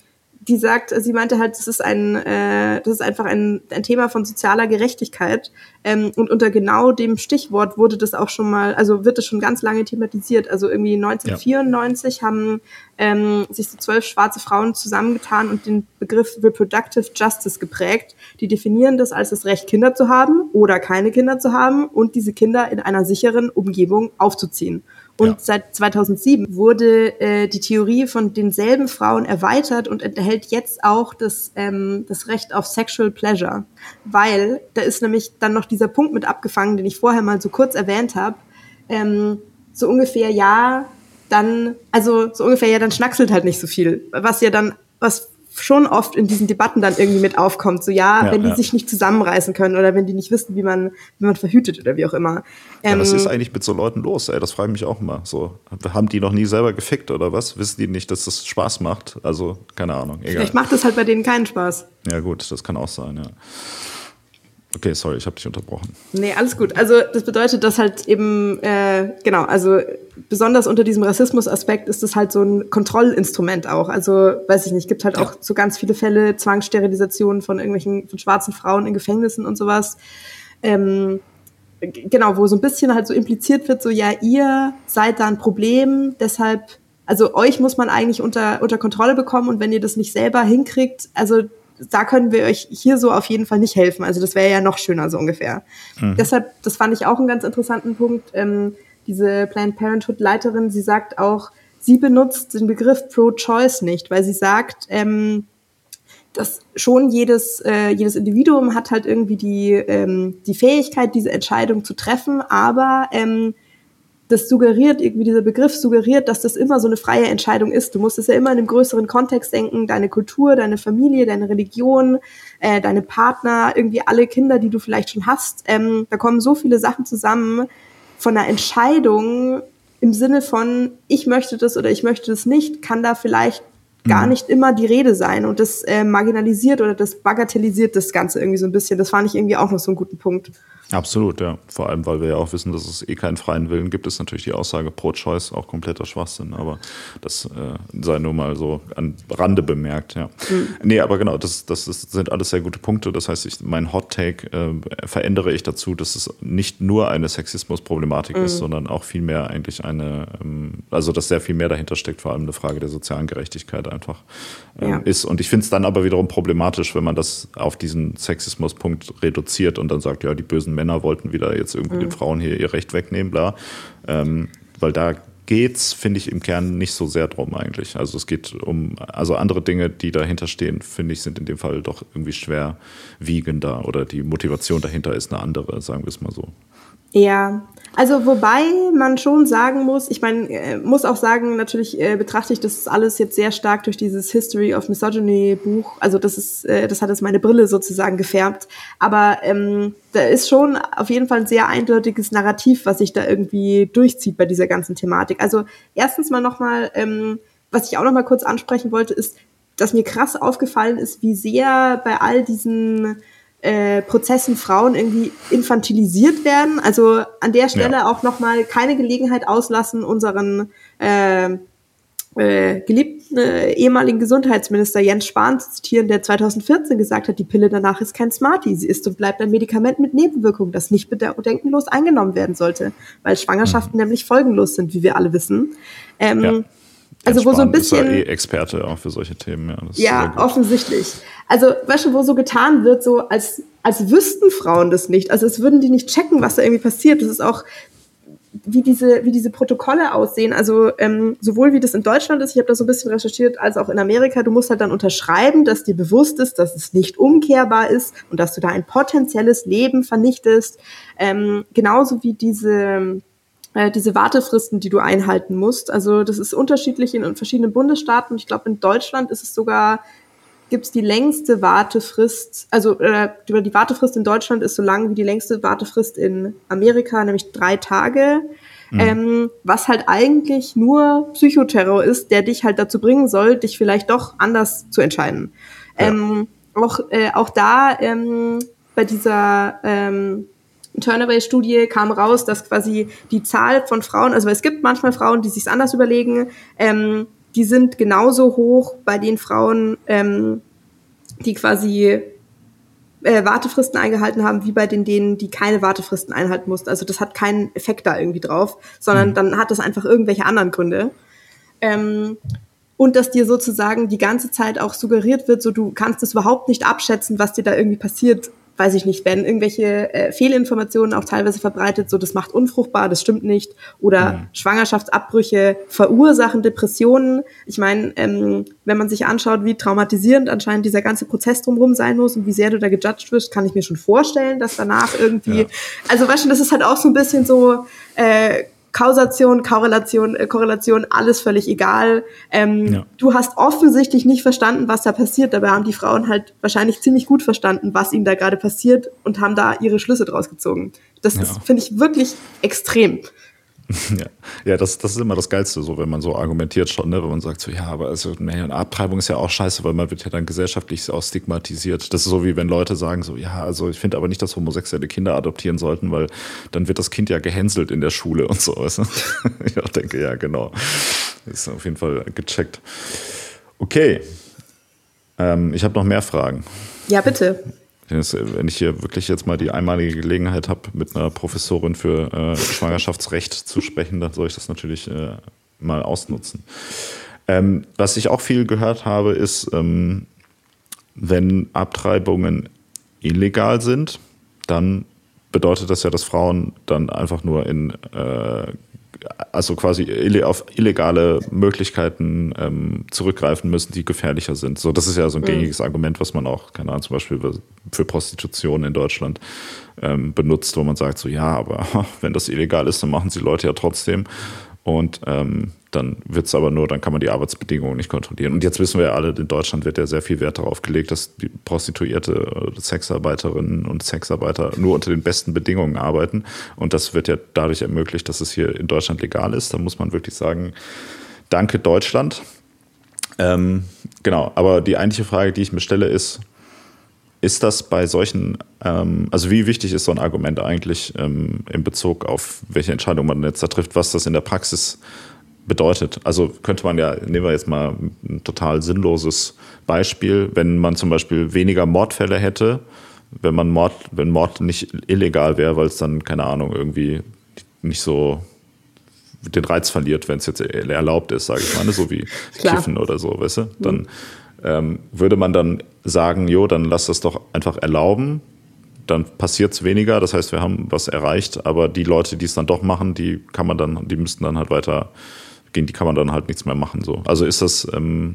die sagt, sie meinte halt, das ist einfach ein Thema von sozialer Gerechtigkeit. Und unter genau dem Stichwort wurde das auch schon mal, also wird das schon ganz lange thematisiert. Also irgendwie 1994 haben sich so 12 schwarze Frauen zusammengetan und den Begriff Reproductive Justice geprägt. Die definieren das als das Recht, Kinder zu haben oder keine Kinder zu haben und diese Kinder in einer sicheren Umgebung aufzuziehen. Und seit 2007 wurde die Theorie von denselben Frauen erweitert und enthält jetzt auch das Recht auf Sexual Pleasure. Weil da ist nämlich dann noch dieser Punkt mit abgefangen, den ich vorher mal so kurz erwähnt habe. So ungefähr, dann schnackselt halt nicht so viel. Was schon oft in diesen Debatten dann irgendwie mit aufkommt. So, wenn die sich nicht zusammenreißen können oder wenn die nicht wissen, wie man verhütet oder wie auch immer. Was ist eigentlich mit so Leuten los? Das frage ich mich auch immer. So, haben die noch nie selber gefickt oder was? Wissen die nicht, dass das Spaß macht? Also, keine Ahnung. Egal. Vielleicht macht es halt bei denen keinen Spaß. Ja gut, das kann auch sein, ja. Okay, sorry, ich habe dich unterbrochen. Nee, alles gut. Also das bedeutet, dass halt eben, also besonders unter diesem Rassismus-Aspekt ist das halt so ein Kontrollinstrument auch. Also, weiß ich nicht, gibt halt auch so ganz viele Fälle, Zwangssterilisationen von schwarzen Frauen in Gefängnissen und sowas. Wo so ein bisschen halt so impliziert wird, so, ihr seid da ein Problem, deshalb, also euch muss man eigentlich unter Kontrolle bekommen und wenn ihr das nicht selber hinkriegt, also da können wir euch hier so auf jeden Fall nicht helfen. Also das wäre ja noch schöner, so ungefähr. Deshalb, das fand ich auch einen ganz interessanten Punkt. Diese Planned Parenthood-Leiterin, sie sagt auch, sie benutzt den Begriff Pro-Choice nicht, weil sie sagt, dass schon jedes Individuum hat halt irgendwie die Fähigkeit, diese Entscheidung zu treffen, aber dieser Begriff suggeriert, dass das immer so eine freie Entscheidung ist. Du musst es ja immer in einem größeren Kontext denken, deine Kultur, deine Familie, deine Religion, deine Partner, irgendwie alle Kinder, die du vielleicht schon hast. Da kommen so viele Sachen zusammen von einer Entscheidung im Sinne von, ich möchte das oder ich möchte das nicht, kann da vielleicht gar nicht immer die Rede sein und das marginalisiert oder das bagatellisiert das Ganze irgendwie so ein bisschen. Das fand ich irgendwie auch noch so einen guten Punkt. Absolut, ja. Vor allem, weil wir ja auch wissen, dass es keinen freien Willen gibt, ist natürlich die Aussage Pro-Choice auch kompletter Schwachsinn. Aber das sei nur mal so an Rande bemerkt, ja. Nee, aber genau, das sind alles sehr gute Punkte. Das heißt, mein Hot-Take verändere ich dazu, dass es nicht nur eine Sexismus-Problematik ist, sondern auch vielmehr eigentlich dass sehr viel mehr dahinter steckt, vor allem eine Frage der sozialen Gerechtigkeit einfach ist. Und ich finde es dann aber wiederum problematisch, wenn man das auf diesen Sexismus-Punkt reduziert und dann sagt, ja, die bösen Männer wollten wieder jetzt irgendwie den Frauen hier ihr Recht wegnehmen, bla. Weil da geht's, finde ich, im Kern nicht so sehr drum eigentlich. Also es geht also andere Dinge, die dahinter stehen, finde ich, sind in dem Fall doch irgendwie schwerwiegender oder die Motivation dahinter ist eine andere, sagen wir es mal so. Ja, also wobei man schon sagen muss, ich meine, muss auch sagen, natürlich betrachte ich das alles jetzt sehr stark durch dieses History of Misogyny Buch, also das hat jetzt meine Brille sozusagen gefärbt, aber da ist schon auf jeden Fall ein sehr eindeutiges Narrativ, was sich da irgendwie durchzieht bei dieser ganzen Thematik. Also erstens mal nochmal, was ich auch nochmal kurz ansprechen wollte, ist, dass mir krass aufgefallen ist, wie sehr bei all diesen Prozessen Frauen irgendwie infantilisiert werden. Also an der Stelle auch nochmal keine Gelegenheit auslassen, unseren geliebten ehemaligen Gesundheitsminister Jens Spahn zu zitieren, der 2014 gesagt hat, die Pille danach ist kein Smartie, sie ist und bleibt ein Medikament mit Nebenwirkungen, das nicht bedenkenlos eingenommen werden sollte, weil Schwangerschaften nämlich folgenlos sind, wie wir alle wissen. Also wo so ein bisschen ist ja Experte auch für solche Themen. Ja, offensichtlich. Also, weißt du, wo so getan wird, so als wüssten Frauen das nicht. Also, als würden die nicht checken, was da irgendwie passiert. Das ist auch, wie diese Protokolle aussehen. Also, sowohl wie das in Deutschland ist, ich habe da so ein bisschen recherchiert, als auch in Amerika. Du musst halt dann unterschreiben, dass dir bewusst ist, dass es nicht umkehrbar ist und dass du da ein potenzielles Leben vernichtest. Genauso wie diese Wartefristen, die du einhalten musst. Also das ist unterschiedlich in verschiedenen Bundesstaaten. Ich glaube, in Deutschland ist es sogar, gibt's die längste Wartefrist, also die Wartefrist in Deutschland ist so lang wie die längste Wartefrist in Amerika, nämlich 3 Tage. Was halt eigentlich nur Psychoterror ist, der dich halt dazu bringen soll, dich vielleicht doch anders zu entscheiden. Ja. Auch da bei dieser Turnaway-Studie kam raus, dass quasi die Zahl von Frauen, also es gibt manchmal Frauen, die sich's anders überlegen, die sind genauso hoch bei den Frauen, die quasi Wartefristen eingehalten haben, wie bei denen, die keine Wartefristen einhalten mussten. Also das hat keinen Effekt da irgendwie drauf, sondern dann hat das einfach irgendwelche anderen Gründe. Und dass dir sozusagen die ganze Zeit auch suggeriert wird, so du kannst es überhaupt nicht abschätzen, was dir da irgendwie passiert. Weiß ich nicht, werden irgendwelche Fehlinformationen auch teilweise verbreitet, so das macht unfruchtbar, das stimmt nicht. Oder Schwangerschaftsabbrüche verursachen Depressionen. Ich meine, wenn man sich anschaut, wie traumatisierend anscheinend dieser ganze Prozess drumherum sein muss und wie sehr du da gejudged wirst, kann ich mir schon vorstellen, dass danach irgendwie, also weißt du, das ist halt auch so ein bisschen so Kausation, Korrelation, alles völlig egal. Du hast offensichtlich nicht verstanden, was da passiert. Dabei haben die Frauen halt wahrscheinlich ziemlich gut verstanden, was ihnen da gerade passiert und haben da ihre Schlüsse draus gezogen. Das ist, finde ich, wirklich extrem. Ja, das ist immer das Geilste, so wenn man so argumentiert schon, ne? Wenn man sagt so, ja, aber also eine Abtreibung ist ja auch scheiße, weil man wird ja dann gesellschaftlich auch stigmatisiert. Das ist so wie wenn Leute sagen so, ja, also ich finde aber nicht, dass homosexuelle Kinder adoptieren sollten, weil dann wird das Kind ja gehänselt in der Schule und so. Weißt du? Ich auch denke, ja, genau. Ist auf jeden Fall gecheckt. Okay, ich habe noch mehr Fragen. Ja, bitte. Wenn ich hier wirklich jetzt mal die einmalige Gelegenheit habe, mit einer Professorin für Schwangerschaftsrecht zu sprechen, dann soll ich das natürlich mal ausnutzen. Was ich auch viel gehört habe, ist, wenn Abtreibungen illegal sind, dann bedeutet das ja, dass Frauen dann einfach nur also quasi auf illegale Möglichkeiten zurückgreifen müssen, die gefährlicher sind. So, das ist ja so ein gängiges Argument, was man auch, keine Ahnung, zum Beispiel für Prostitution in Deutschland benutzt, wo man sagt so, ja, aber wenn das illegal ist, dann machen sie Leute ja trotzdem. Und dann wird's aber nur, dann kann man die Arbeitsbedingungen nicht kontrollieren. Und jetzt wissen wir ja alle, in Deutschland wird ja sehr viel Wert darauf gelegt, dass die Prostituierte Sexarbeiterinnen und Sexarbeiter nur unter den besten Bedingungen arbeiten. Und das wird ja dadurch ermöglicht, dass es hier in Deutschland legal ist. Da muss man wirklich sagen, danke Deutschland. Genau, aber die eigentliche Frage, die ich mir stelle, ist das bei solchen, also wie wichtig ist so ein Argument eigentlich in Bezug auf welche Entscheidung man jetzt da trifft, was das in der Praxis bedeutet? Also könnte man ja, nehmen wir jetzt mal ein total sinnloses Beispiel, wenn man zum Beispiel weniger Mordfälle hätte, wenn Mord nicht illegal wäre, weil es dann, keine Ahnung, irgendwie nicht so den Reiz verliert, wenn es jetzt erlaubt ist, sage ich mal, ne? So wie Kiffen oder so, weißt du? Dann würde man dann sagen, jo, dann lass das doch einfach erlauben, dann passiert es weniger, das heißt, wir haben was erreicht, aber die Leute, die es dann doch machen, die müssten dann halt weiter gehen, die kann man dann halt nichts mehr machen. So. Also ist das ein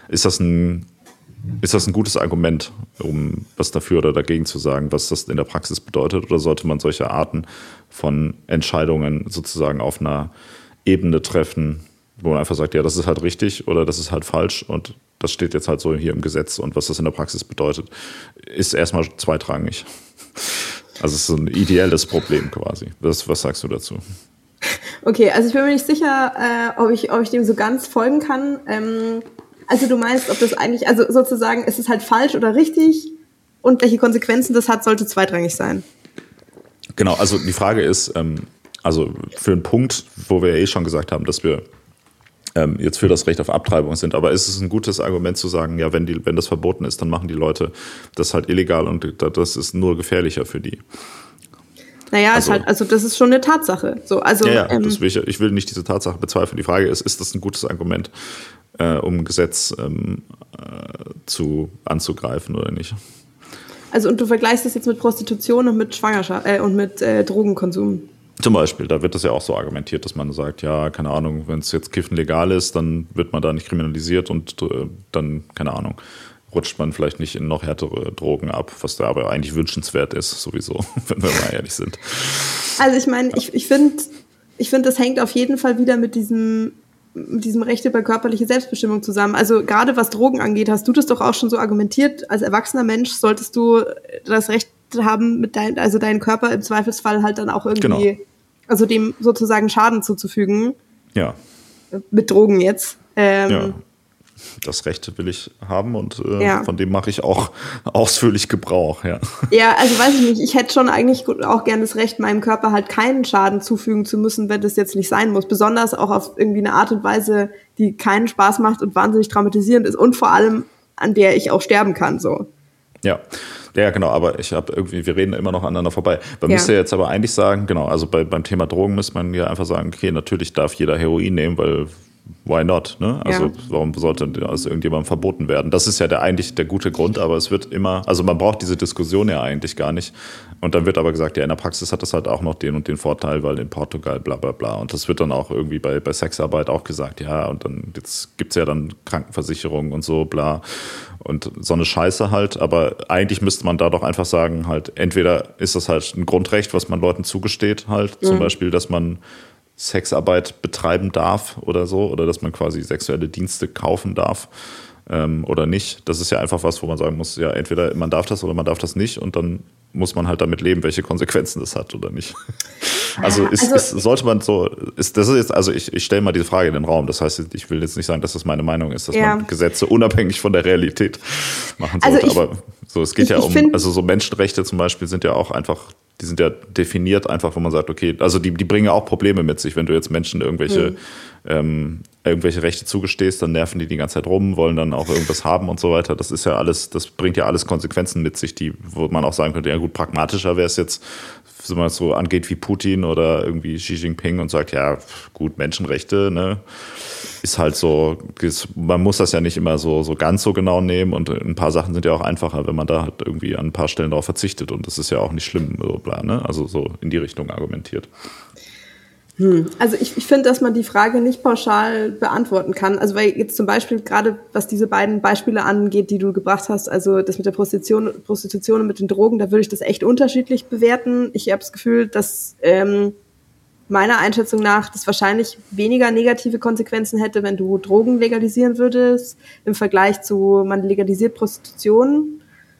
gutes Argument, um was dafür oder dagegen zu sagen, was das in der Praxis bedeutet, oder sollte man solche Arten von Entscheidungen sozusagen auf einer Ebene treffen, wo man einfach sagt, ja, das ist halt richtig oder das ist halt falsch und das steht jetzt halt so hier im Gesetz und was das in der Praxis bedeutet, ist erstmal zweitrangig. Also es ist so ein ideelles Problem quasi. Was sagst du dazu? Okay, also ich bin mir nicht sicher, ob ich dem so ganz folgen kann. Also du meinst, ob das eigentlich, also sozusagen, ist es halt falsch oder richtig und welche Konsequenzen das hat, sollte zweitrangig sein. Genau, also die Frage ist, also für einen Punkt, wo wir ja schon gesagt haben, dass wir jetzt für das Recht auf Abtreibung sind, aber ist es ein gutes Argument zu sagen, ja, wenn das verboten ist, dann machen die Leute das halt illegal und das ist nur gefährlicher für die. Naja, also das ist schon eine Tatsache. So, also, ja, ich will nicht diese Tatsache bezweifeln. Die Frage ist das ein gutes Argument, um ein Gesetz anzugreifen oder nicht? Also und du vergleichst das jetzt mit Prostitution und mit Schwangerschaft und mit Drogenkonsum. Zum Beispiel, da wird das ja auch so argumentiert, dass man sagt, ja, keine Ahnung, wenn es jetzt Kiffen legal ist, dann wird man da nicht kriminalisiert und dann, keine Ahnung, rutscht man vielleicht nicht in noch härtere Drogen ab, was da aber eigentlich wünschenswert ist, sowieso, wenn wir mal ehrlich sind. Also ich meine, ich finde, das hängt auf jeden Fall wieder mit diesem Recht über körperliche Selbstbestimmung zusammen. Also gerade was Drogen angeht, hast du das doch auch schon so argumentiert, als erwachsener Mensch solltest du das Recht haben, deinen Körper im Zweifelsfall halt dann auch irgendwie, also dem sozusagen Schaden zuzufügen. Ja. Mit Drogen jetzt. Ja. Das Recht will ich haben und von dem mache ich auch ausführlich Gebrauch, ja. Ja, also weiß ich nicht, ich hätte schon eigentlich auch gerne das Recht, meinem Körper halt keinen Schaden zufügen zu müssen, wenn das jetzt nicht sein muss. Besonders auch auf irgendwie eine Art und Weise, die keinen Spaß macht und wahnsinnig traumatisierend ist und vor allem, an der ich auch sterben kann, so. Ja. Ja, genau, aber wir reden immer noch aneinander vorbei. Man müsste jetzt aber eigentlich sagen, genau, also beim Thema Drogen müsste man ja einfach sagen, okay, natürlich darf jeder Heroin nehmen, weil why not, ne? Also warum sollte das irgendjemandem verboten werden? Das ist ja eigentlich der gute Grund, aber es wird immer, also man braucht diese Diskussion ja eigentlich gar nicht. Und dann wird aber gesagt, ja, in der Praxis hat das halt auch noch den und den Vorteil, weil in Portugal bla bla bla. Und das wird dann auch irgendwie bei Sexarbeit auch gesagt, ja, und dann jetzt gibt's ja dann Krankenversicherung und so, bla. Und so eine Scheiße halt, aber eigentlich müsste man da doch einfach sagen, halt, entweder ist das halt ein Grundrecht, was man Leuten zugesteht, halt, zum Beispiel, dass man Sexarbeit betreiben darf oder so, oder dass man quasi sexuelle Dienste kaufen darf oder nicht. Das ist ja einfach was, wo man sagen muss, ja, entweder man darf das oder man darf das nicht und dann muss man halt damit leben, welche Konsequenzen das hat oder nicht. Also sollte man so, das ist jetzt, also ich stelle mal diese Frage in den Raum, das heißt, ich will jetzt nicht sagen, dass das meine Meinung ist, dass man Gesetze unabhängig von der Realität machen sollte, aber so, es geht also so Menschenrechte zum Beispiel sind ja auch einfach, die sind ja definiert einfach, wo man sagt, okay, also die bringen ja auch Probleme mit sich, wenn du jetzt Menschen irgendwelche Rechte zugestehst, dann nerven die ganze Zeit rum, wollen dann auch irgendwas haben und so weiter. Das ist ja alles, das bringt ja alles Konsequenzen mit sich, wo man auch sagen könnte, ja gut, pragmatischer wäre es jetzt, wenn man es so angeht wie Putin oder irgendwie Xi Jinping und sagt, ja gut, Menschenrechte, ne, ist halt so, man muss das ja nicht immer so ganz so genau nehmen und ein paar Sachen sind ja auch einfacher, wenn man da halt irgendwie an ein paar Stellen darauf verzichtet und das ist ja auch nicht schlimm, so bla, ne? Also so in die Richtung argumentiert. Also ich finde, dass man die Frage nicht pauschal beantworten kann. Also weil jetzt zum Beispiel gerade, was diese beiden Beispiele angeht, die du gebracht hast, also das mit der Prostitution und mit den Drogen, da würde ich das echt unterschiedlich bewerten. Ich habe das Gefühl, dass meiner Einschätzung nach das wahrscheinlich weniger negative Konsequenzen hätte, wenn du Drogen legalisieren würdest, im Vergleich zu, man legalisiert Prostitution.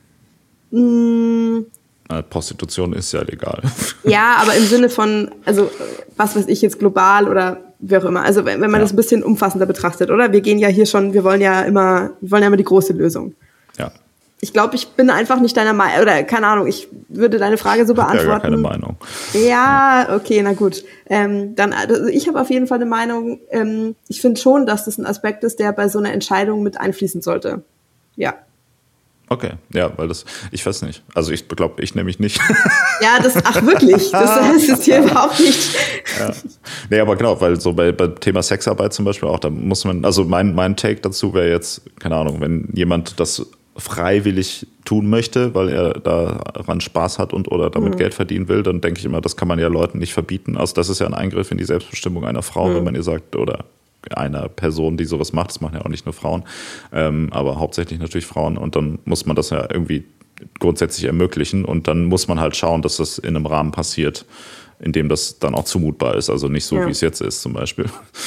Prostitution ist ja legal. Ja, aber im Sinne von, also was weiß ich jetzt, global oder wie auch immer. Also wenn man das ein bisschen umfassender betrachtet, oder? Wir wollen ja immer die große Lösung. Ja. Ich glaube, ich bin einfach nicht deiner Meinung, oder keine Ahnung, ich würde deine Frage so beantworten. Ja, gar keine Meinung. Ja, okay, na gut. Also ich habe auf jeden Fall eine Meinung. Ich finde schon, dass das ein Aspekt ist, der bei so einer Entscheidung mit einfließen sollte. Ja. Okay, ja, weil ich weiß nicht. Also ich glaube, ich nämlich nicht. Ja, ach wirklich, das ist hier überhaupt nicht. Ja. Nee, aber genau, weil so bei Thema Sexarbeit zum Beispiel auch, da muss man, also mein Take dazu wäre jetzt, keine Ahnung, wenn jemand das freiwillig tun möchte, weil er daran Spaß hat oder damit Geld verdienen will, dann denke ich immer, das kann man ja Leuten nicht verbieten. Also das ist ja ein Eingriff in die Selbstbestimmung einer Frau, wenn man ihr sagt, oder einer Person, die sowas macht, das machen ja auch nicht nur Frauen, aber hauptsächlich natürlich Frauen und dann muss man das ja irgendwie grundsätzlich ermöglichen und dann muss man halt schauen, dass das in einem Rahmen passiert, in dem das dann auch zumutbar ist, also nicht so, wie es jetzt ist zum Beispiel.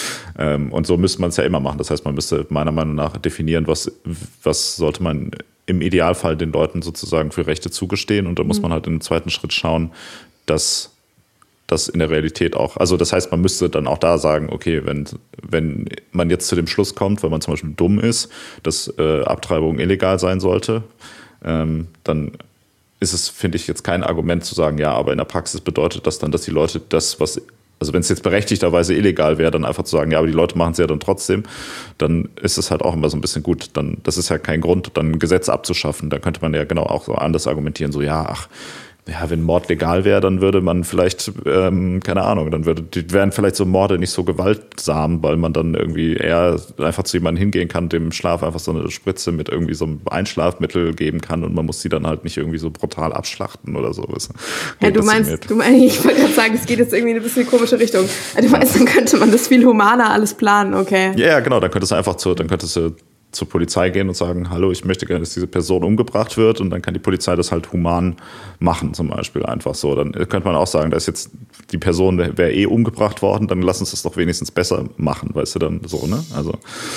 Und so müsste man es ja immer machen, das heißt, man müsste meiner Meinung nach definieren, was sollte man im Idealfall den Leuten sozusagen für Rechte zugestehen und dann muss man halt im zweiten Schritt schauen, dass das in der Realität auch, also das heißt, man müsste dann auch da sagen, okay, wenn man jetzt zu dem Schluss kommt, weil man zum Beispiel dumm ist, dass Abtreibung illegal sein sollte, dann ist es, finde ich, jetzt kein Argument zu sagen, ja, aber in der Praxis bedeutet das dann, dass die Leute also wenn es jetzt berechtigterweise illegal wäre, dann einfach zu sagen, ja, aber die Leute machen es ja dann trotzdem, dann ist es halt auch immer so ein bisschen gut. Das ist ja kein Grund, dann ein Gesetz abzuschaffen. Da könnte man ja genau auch so anders argumentieren, so wenn Mord legal wäre, dann würde man vielleicht, keine Ahnung, wären vielleicht so Morde nicht so gewaltsam, weil man dann irgendwie eher einfach zu jemandem hingehen kann, dem Schlaf einfach so eine Spritze mit irgendwie so einem Einschlafmittel geben kann und man muss sie dann halt nicht irgendwie so brutal abschlachten oder sowas. Ja, du meinst, ich wollte gerade sagen, es geht jetzt irgendwie in eine bisschen komische Richtung. Du meinst, dann könnte man das viel humaner alles planen, okay. Ja, genau, dann könntest du zur Polizei gehen und sagen, hallo, ich möchte gerne, dass diese Person umgebracht wird und dann kann die Polizei das halt human machen zum Beispiel einfach so. Dann könnte man auch sagen, da ist jetzt die Person, wäre umgebracht worden, dann lass uns das doch wenigstens besser machen, weißt du, dann so, ne? Also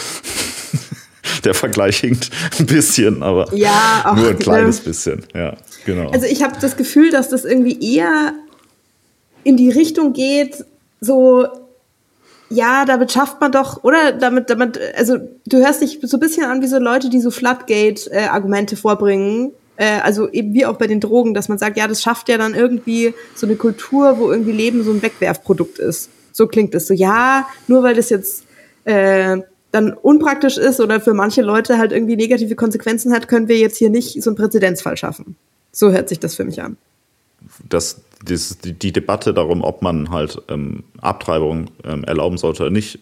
der Vergleich hinkt ein bisschen, aber nur ein kleines bisschen, ja, genau. Also ich habe das Gefühl, dass das irgendwie eher in die Richtung geht, so Ja, damit schafft man doch, oder? Also du hörst dich so ein bisschen an wie so Leute, die so Floodgate-Argumente vorbringen. Also eben wie auch bei den Drogen, dass man sagt, ja, das schafft ja dann irgendwie so eine Kultur, wo irgendwie Leben so ein Wegwerfprodukt ist. So klingt es so. Ja, nur weil das jetzt dann unpraktisch ist oder für manche Leute halt irgendwie negative Konsequenzen hat, können wir jetzt hier nicht so einen Präzedenzfall schaffen. So hört sich das für mich an. Die Debatte darum, ob man halt Abtreibung erlauben sollte oder nicht,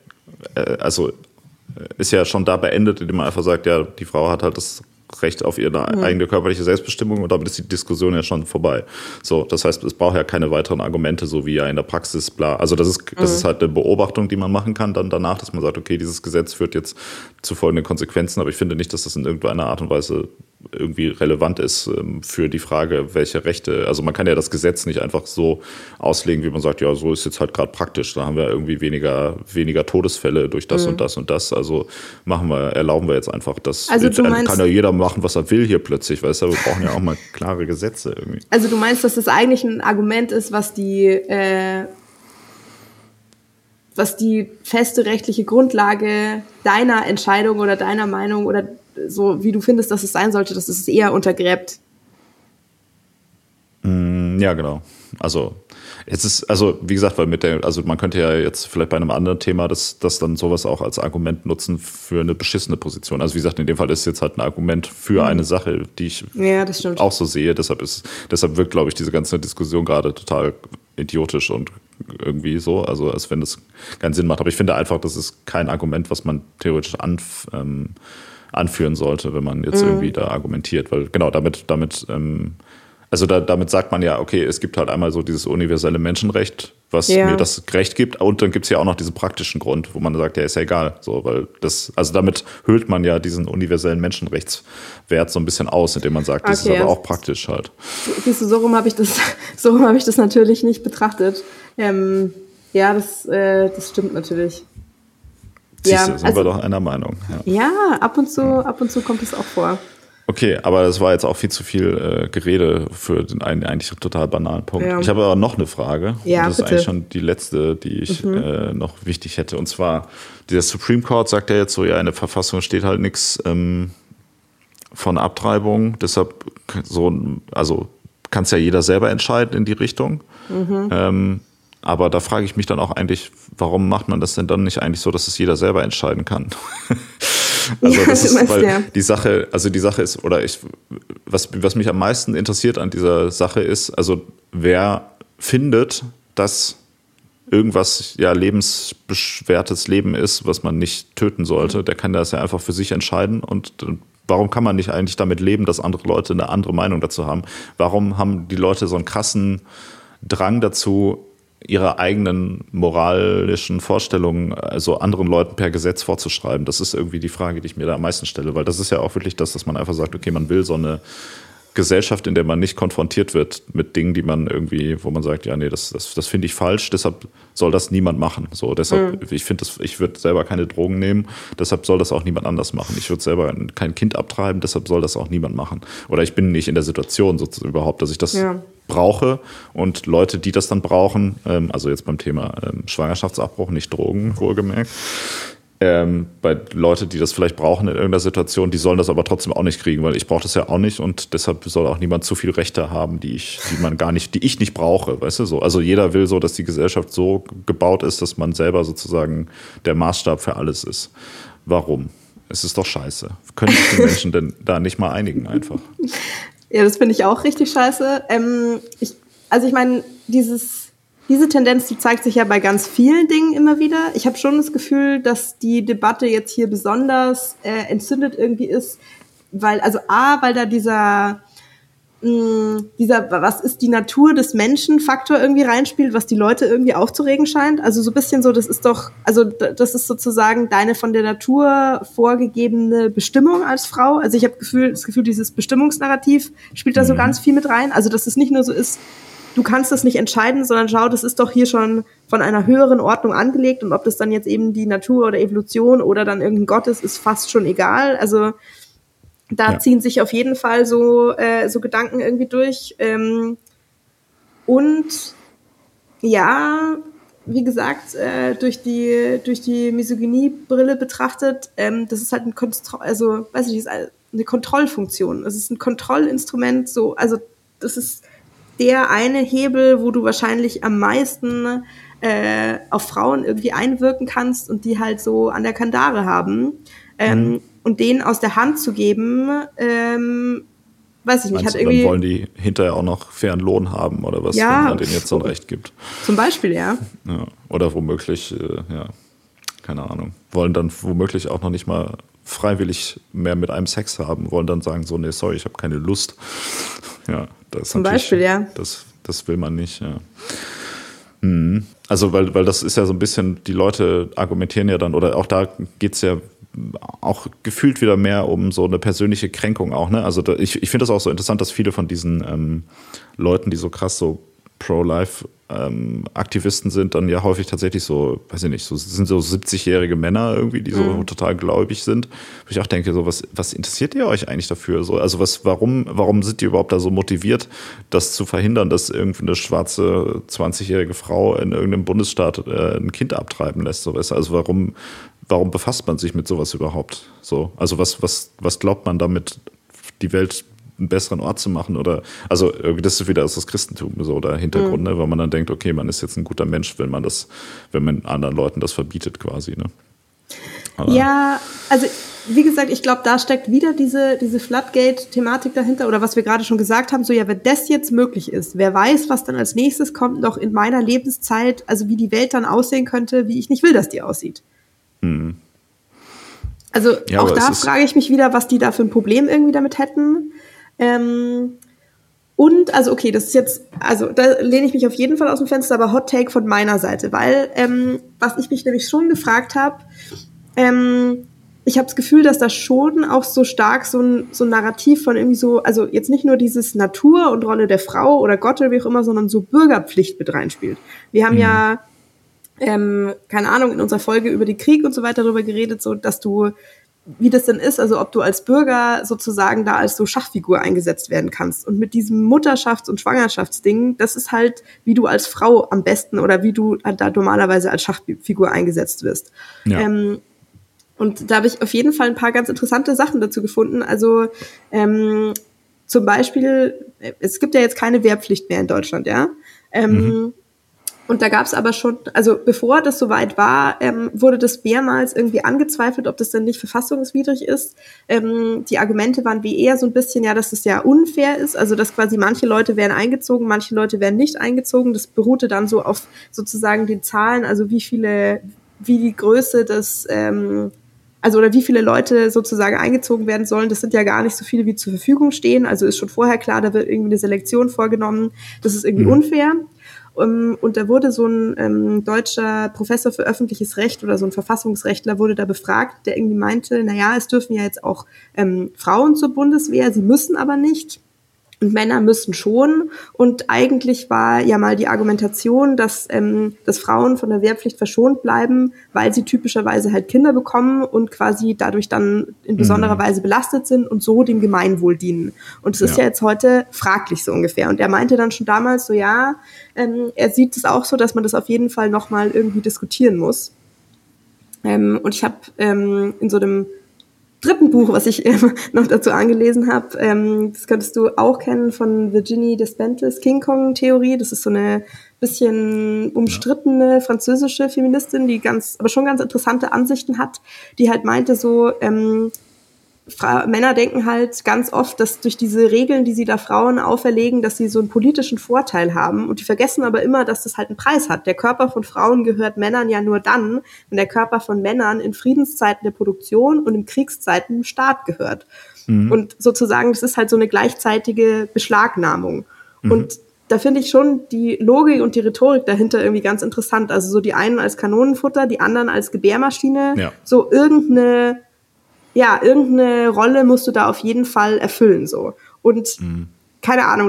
ist ja schon da beendet, indem man einfach sagt, ja, die Frau hat halt das Recht auf ihre eigene körperliche Selbstbestimmung und damit ist die Diskussion ja schon vorbei. So, das heißt, es braucht ja keine weiteren Argumente, so wie ja in der Praxis, bla. Also das ist halt eine Beobachtung, die man machen kann dann danach, dass man sagt, okay, dieses Gesetz führt jetzt zu folgenden Konsequenzen, aber ich finde nicht, dass das in irgendeiner Art und Weise irgendwie relevant ist für die Frage, welche Rechte, also man kann ja das Gesetz nicht einfach so auslegen, wie man sagt, ja, so ist jetzt halt gerade praktisch, da haben wir irgendwie weniger Todesfälle durch das und das und das, also erlauben wir jetzt einfach das. Also du meinst, kann ja jeder machen, was er will hier plötzlich, weißt du, wir brauchen ja auch mal klare Gesetze irgendwie. Also du meinst, dass das eigentlich ein Argument ist, was die feste rechtliche Grundlage deiner Entscheidung oder deiner Meinung oder so, wie du findest, dass es sein sollte, dass es eher untergräbt? Ja, genau. Also wie gesagt, weil man könnte ja jetzt vielleicht bei einem anderen Thema das dann sowas auch als Argument nutzen für eine beschissene Position. Also wie gesagt, in dem Fall ist es jetzt halt ein Argument für eine Sache, die ich auch so sehe. Deshalb wirkt, glaube ich, diese ganze Diskussion gerade total idiotisch und irgendwie so, also als wenn das keinen Sinn macht. Aber ich finde einfach, das ist kein Argument, was man theoretisch anführen sollte, wenn man jetzt irgendwie da argumentiert, weil genau damit sagt man ja, okay, es gibt halt einmal so dieses universelle Menschenrecht, was mir das Recht gibt, und dann gibt es ja auch noch diesen praktischen Grund, wo man sagt, ja, ist ja egal, so, weil damit höhlt man ja diesen universellen Menschenrechtswert so ein bisschen aus, indem man sagt, das ist aber auch praktisch halt. Siehst du, so rum habe ich das natürlich nicht betrachtet. Ja, das stimmt natürlich. Siehst du, sind wir doch einer Meinung. Ja, ab und zu kommt es auch vor. Okay, aber das war jetzt auch viel zu viel Gerede für den eigentlich total banalen Punkt. Ja. Ich habe aber noch eine Frage. Ja, das ist eigentlich schon die letzte, die ich noch wichtig hätte. Und zwar, der Supreme Court sagt ja jetzt so, ja, in der Verfassung steht halt nichts von Abtreibung. Deshalb kann es ja jeder selber entscheiden in die Richtung. Aber da frage ich mich dann auch eigentlich, warum macht man das denn dann nicht eigentlich so, dass es jeder selber entscheiden kann? Also ja, das ist, weil die Sache ist, was mich am meisten interessiert an dieser Sache ist, also wer findet, dass irgendwas ja lebensbeschwertes Leben ist, was man nicht töten sollte, der kann das ja einfach für sich entscheiden. Und warum kann man nicht eigentlich damit leben, dass andere Leute eine andere Meinung dazu haben? Warum haben die Leute so einen krassen Drang dazu, ihre eigenen moralischen Vorstellungen also anderen Leuten per Gesetz vorzuschreiben? Das ist irgendwie die Frage, die ich mir da am meisten stelle, weil das ist ja auch wirklich das, dass man einfach sagt, okay, man will so eine Gesellschaft, in der man nicht konfrontiert wird mit Dingen, die man irgendwie, wo man sagt, ja, nee, das finde ich falsch, deshalb soll das niemand machen. So, deshalb, ich würde selber keine Drogen nehmen, deshalb soll das auch niemand anders machen. Ich würde selber kein Kind abtreiben, deshalb soll das auch niemand machen. Oder ich bin nicht in der Situation sozusagen überhaupt, dass ich das brauche, und Leute, die das dann brauchen, also jetzt beim Thema Schwangerschaftsabbruch, nicht Drogen, wohlgemerkt, bei Leute, die das vielleicht brauchen in irgendeiner Situation, die sollen das aber trotzdem auch nicht kriegen, weil ich brauche das ja auch nicht, und deshalb soll auch niemand zu viel Rechte haben, die ich nicht brauche, weißt du so. Also jeder will so, dass die Gesellschaft so gebaut ist, dass man selber sozusagen der Maßstab für alles ist. Warum? Es ist doch scheiße. Können sich die Menschen denn da nicht mal einigen einfach? Ja, das finde ich auch richtig scheiße. Ich meine, diese Tendenz, die zeigt sich ja bei ganz vielen Dingen immer wieder. Ich habe schon das Gefühl, dass die Debatte jetzt hier besonders entzündet irgendwie ist, weil da dieser was ist die Natur des Menschen Faktor irgendwie reinspielt, was die Leute irgendwie aufzuregen scheint. Also so ein bisschen so, das ist sozusagen deine von der Natur vorgegebene Bestimmung als Frau. Also ich habe das Gefühl, dieses Bestimmungsnarrativ spielt da so ganz viel mit rein. Also dass es nicht nur so ist, du kannst das nicht entscheiden, sondern schau, das ist doch hier schon von einer höheren Ordnung angelegt, und ob das dann jetzt eben die Natur oder Evolution oder dann irgendein Gott ist fast schon egal. Also da ziehen sich auf jeden Fall so Gedanken irgendwie durch. Und ja, wie gesagt, durch die Misogyniebrille betrachtet, das ist halt ist eine Kontrollfunktion. Es ist ein Kontrollinstrument, also das ist der eine Hebel, wo du wahrscheinlich am meisten auf Frauen irgendwie einwirken kannst und die halt so an der Kandare haben. Und denen aus der Hand zu geben, weiß ich nicht, Meinst hat du, irgendwie... dann wollen die hinterher auch noch fairen Lohn haben oder was, ja, wenn man denen jetzt so ein Recht gibt. Zum Beispiel, ja. Oder womöglich, keine Ahnung, wollen dann womöglich auch noch nicht mal freiwillig mehr mit einem Sex haben, wollen dann sagen, so, nee, sorry, ich habe keine Lust. Ja, das Zum Beispiel, ja. Das will man nicht, ja. Also, weil das ist ja so ein bisschen, die Leute argumentieren ja dann, oder auch da geht es ja auch gefühlt wieder mehr um so eine persönliche Kränkung auch, ne? Also ich finde das auch so interessant, dass viele von diesen Leuten, die so krass so Pro-Life-Aktivisten sind, dann ja häufig tatsächlich so, weiß ich nicht, so sind so 70-jährige Männer irgendwie, die so total gläubig sind. Wo ich auch denke, so, was interessiert ihr euch eigentlich dafür? So, also warum sind die überhaupt da so motiviert, das zu verhindern, dass irgendwie eine schwarze 20-jährige Frau in irgendeinem Bundesstaat ein Kind abtreiben lässt? So, weißt du? Also warum befasst man sich mit sowas überhaupt? So, also was glaubt man damit, die Welt einen besseren Ort zu machen? Oder, also das ist wieder das Christentum, so der Hintergrund, ne? Weil man dann denkt, okay, man ist jetzt ein guter Mensch, wenn man anderen Leuten das verbietet quasi, ne? Aber ja, also wie gesagt, ich glaube, da steckt wieder diese Floodgate-Thematik dahinter, oder was wir gerade schon gesagt haben, so ja, wenn das jetzt möglich ist, wer weiß, was dann als nächstes kommt noch in meiner Lebenszeit, also wie die Welt dann aussehen könnte, wie ich nicht will, dass die aussieht. Also ja, auch da frage ich mich wieder, was die da für ein Problem irgendwie damit hätten. Und, also okay, das ist jetzt, also da lehne ich mich auf jeden Fall aus dem Fenster, aber Hot Take von meiner Seite, weil was ich mich nämlich schon gefragt habe, ich habe das Gefühl, dass da schon auch so stark so ein Narrativ von irgendwie so, also jetzt nicht nur dieses Natur und Rolle der Frau oder Gott oder wie auch immer, sondern so Bürgerpflicht mit reinspielt. Wir haben ja keine Ahnung, in unserer Folge über den Krieg und so weiter darüber geredet, so dass du, wie das denn ist, also ob du als Bürger sozusagen da als so Schachfigur eingesetzt werden kannst. Und mit diesem Mutterschafts- und Schwangerschaftsding, das ist halt, wie du als Frau am besten oder wie du da normalerweise als Schachfigur eingesetzt wirst. Ja. Und da habe ich auf jeden Fall ein paar ganz interessante Sachen dazu gefunden. Also zum Beispiel, es gibt ja jetzt keine Wehrpflicht mehr in Deutschland, ja. Und da gab es aber schon, also bevor das soweit war, wurde das mehrmals irgendwie angezweifelt, ob das denn nicht verfassungswidrig ist. Die Argumente waren wie eher so ein bisschen, ja, dass es ja unfair ist, also dass quasi manche Leute werden eingezogen, manche Leute werden nicht eingezogen. Das beruhte dann so auf sozusagen den Zahlen, also wie die Größe des, oder wie viele Leute sozusagen eingezogen werden sollen. Das sind ja gar nicht so viele, wie zur Verfügung stehen. Also ist schon vorher klar, da wird irgendwie eine Selektion vorgenommen. Das ist irgendwie unfair. Und da wurde so ein deutscher Professor für öffentliches Recht oder so ein Verfassungsrechtler wurde da befragt, der irgendwie meinte, naja, es dürfen ja jetzt auch Frauen zur Bundeswehr, sie müssen aber nicht. Und Männer müssen schon. Und eigentlich war ja mal die Argumentation, dass Frauen von der Wehrpflicht verschont bleiben, weil sie typischerweise halt Kinder bekommen und quasi dadurch dann in besonderer Weise belastet sind und so dem Gemeinwohl dienen. Und es ist ja jetzt heute fraglich so ungefähr. Und er meinte dann schon damals so, ja, er sieht es auch so, dass man das auf jeden Fall nochmal irgendwie diskutieren muss. Und ich habe in so einem dritten Buch, was ich noch dazu angelesen habe, das könntest du auch kennen, von Virginie Despentes King Kong Theorie. Das ist so eine bisschen umstrittene französische Feministin, die aber schon ganz interessante Ansichten hat, die halt meinte so, Männer denken halt ganz oft, dass durch diese Regeln, die sie da Frauen auferlegen, dass sie so einen politischen Vorteil haben. Und die vergessen aber immer, dass das halt einen Preis hat. Der Körper von Frauen gehört Männern ja nur dann, wenn der Körper von Männern in Friedenszeiten der Produktion und in Kriegszeiten dem Staat gehört. Und sozusagen, das ist halt so eine gleichzeitige Beschlagnahmung. Und da finde ich schon die Logik und die Rhetorik dahinter irgendwie ganz interessant. Also so die einen als Kanonenfutter, die anderen als Gebärmaschine. Ja. So irgendeine Rolle musst du da auf jeden Fall erfüllen, so. Und keine Ahnung,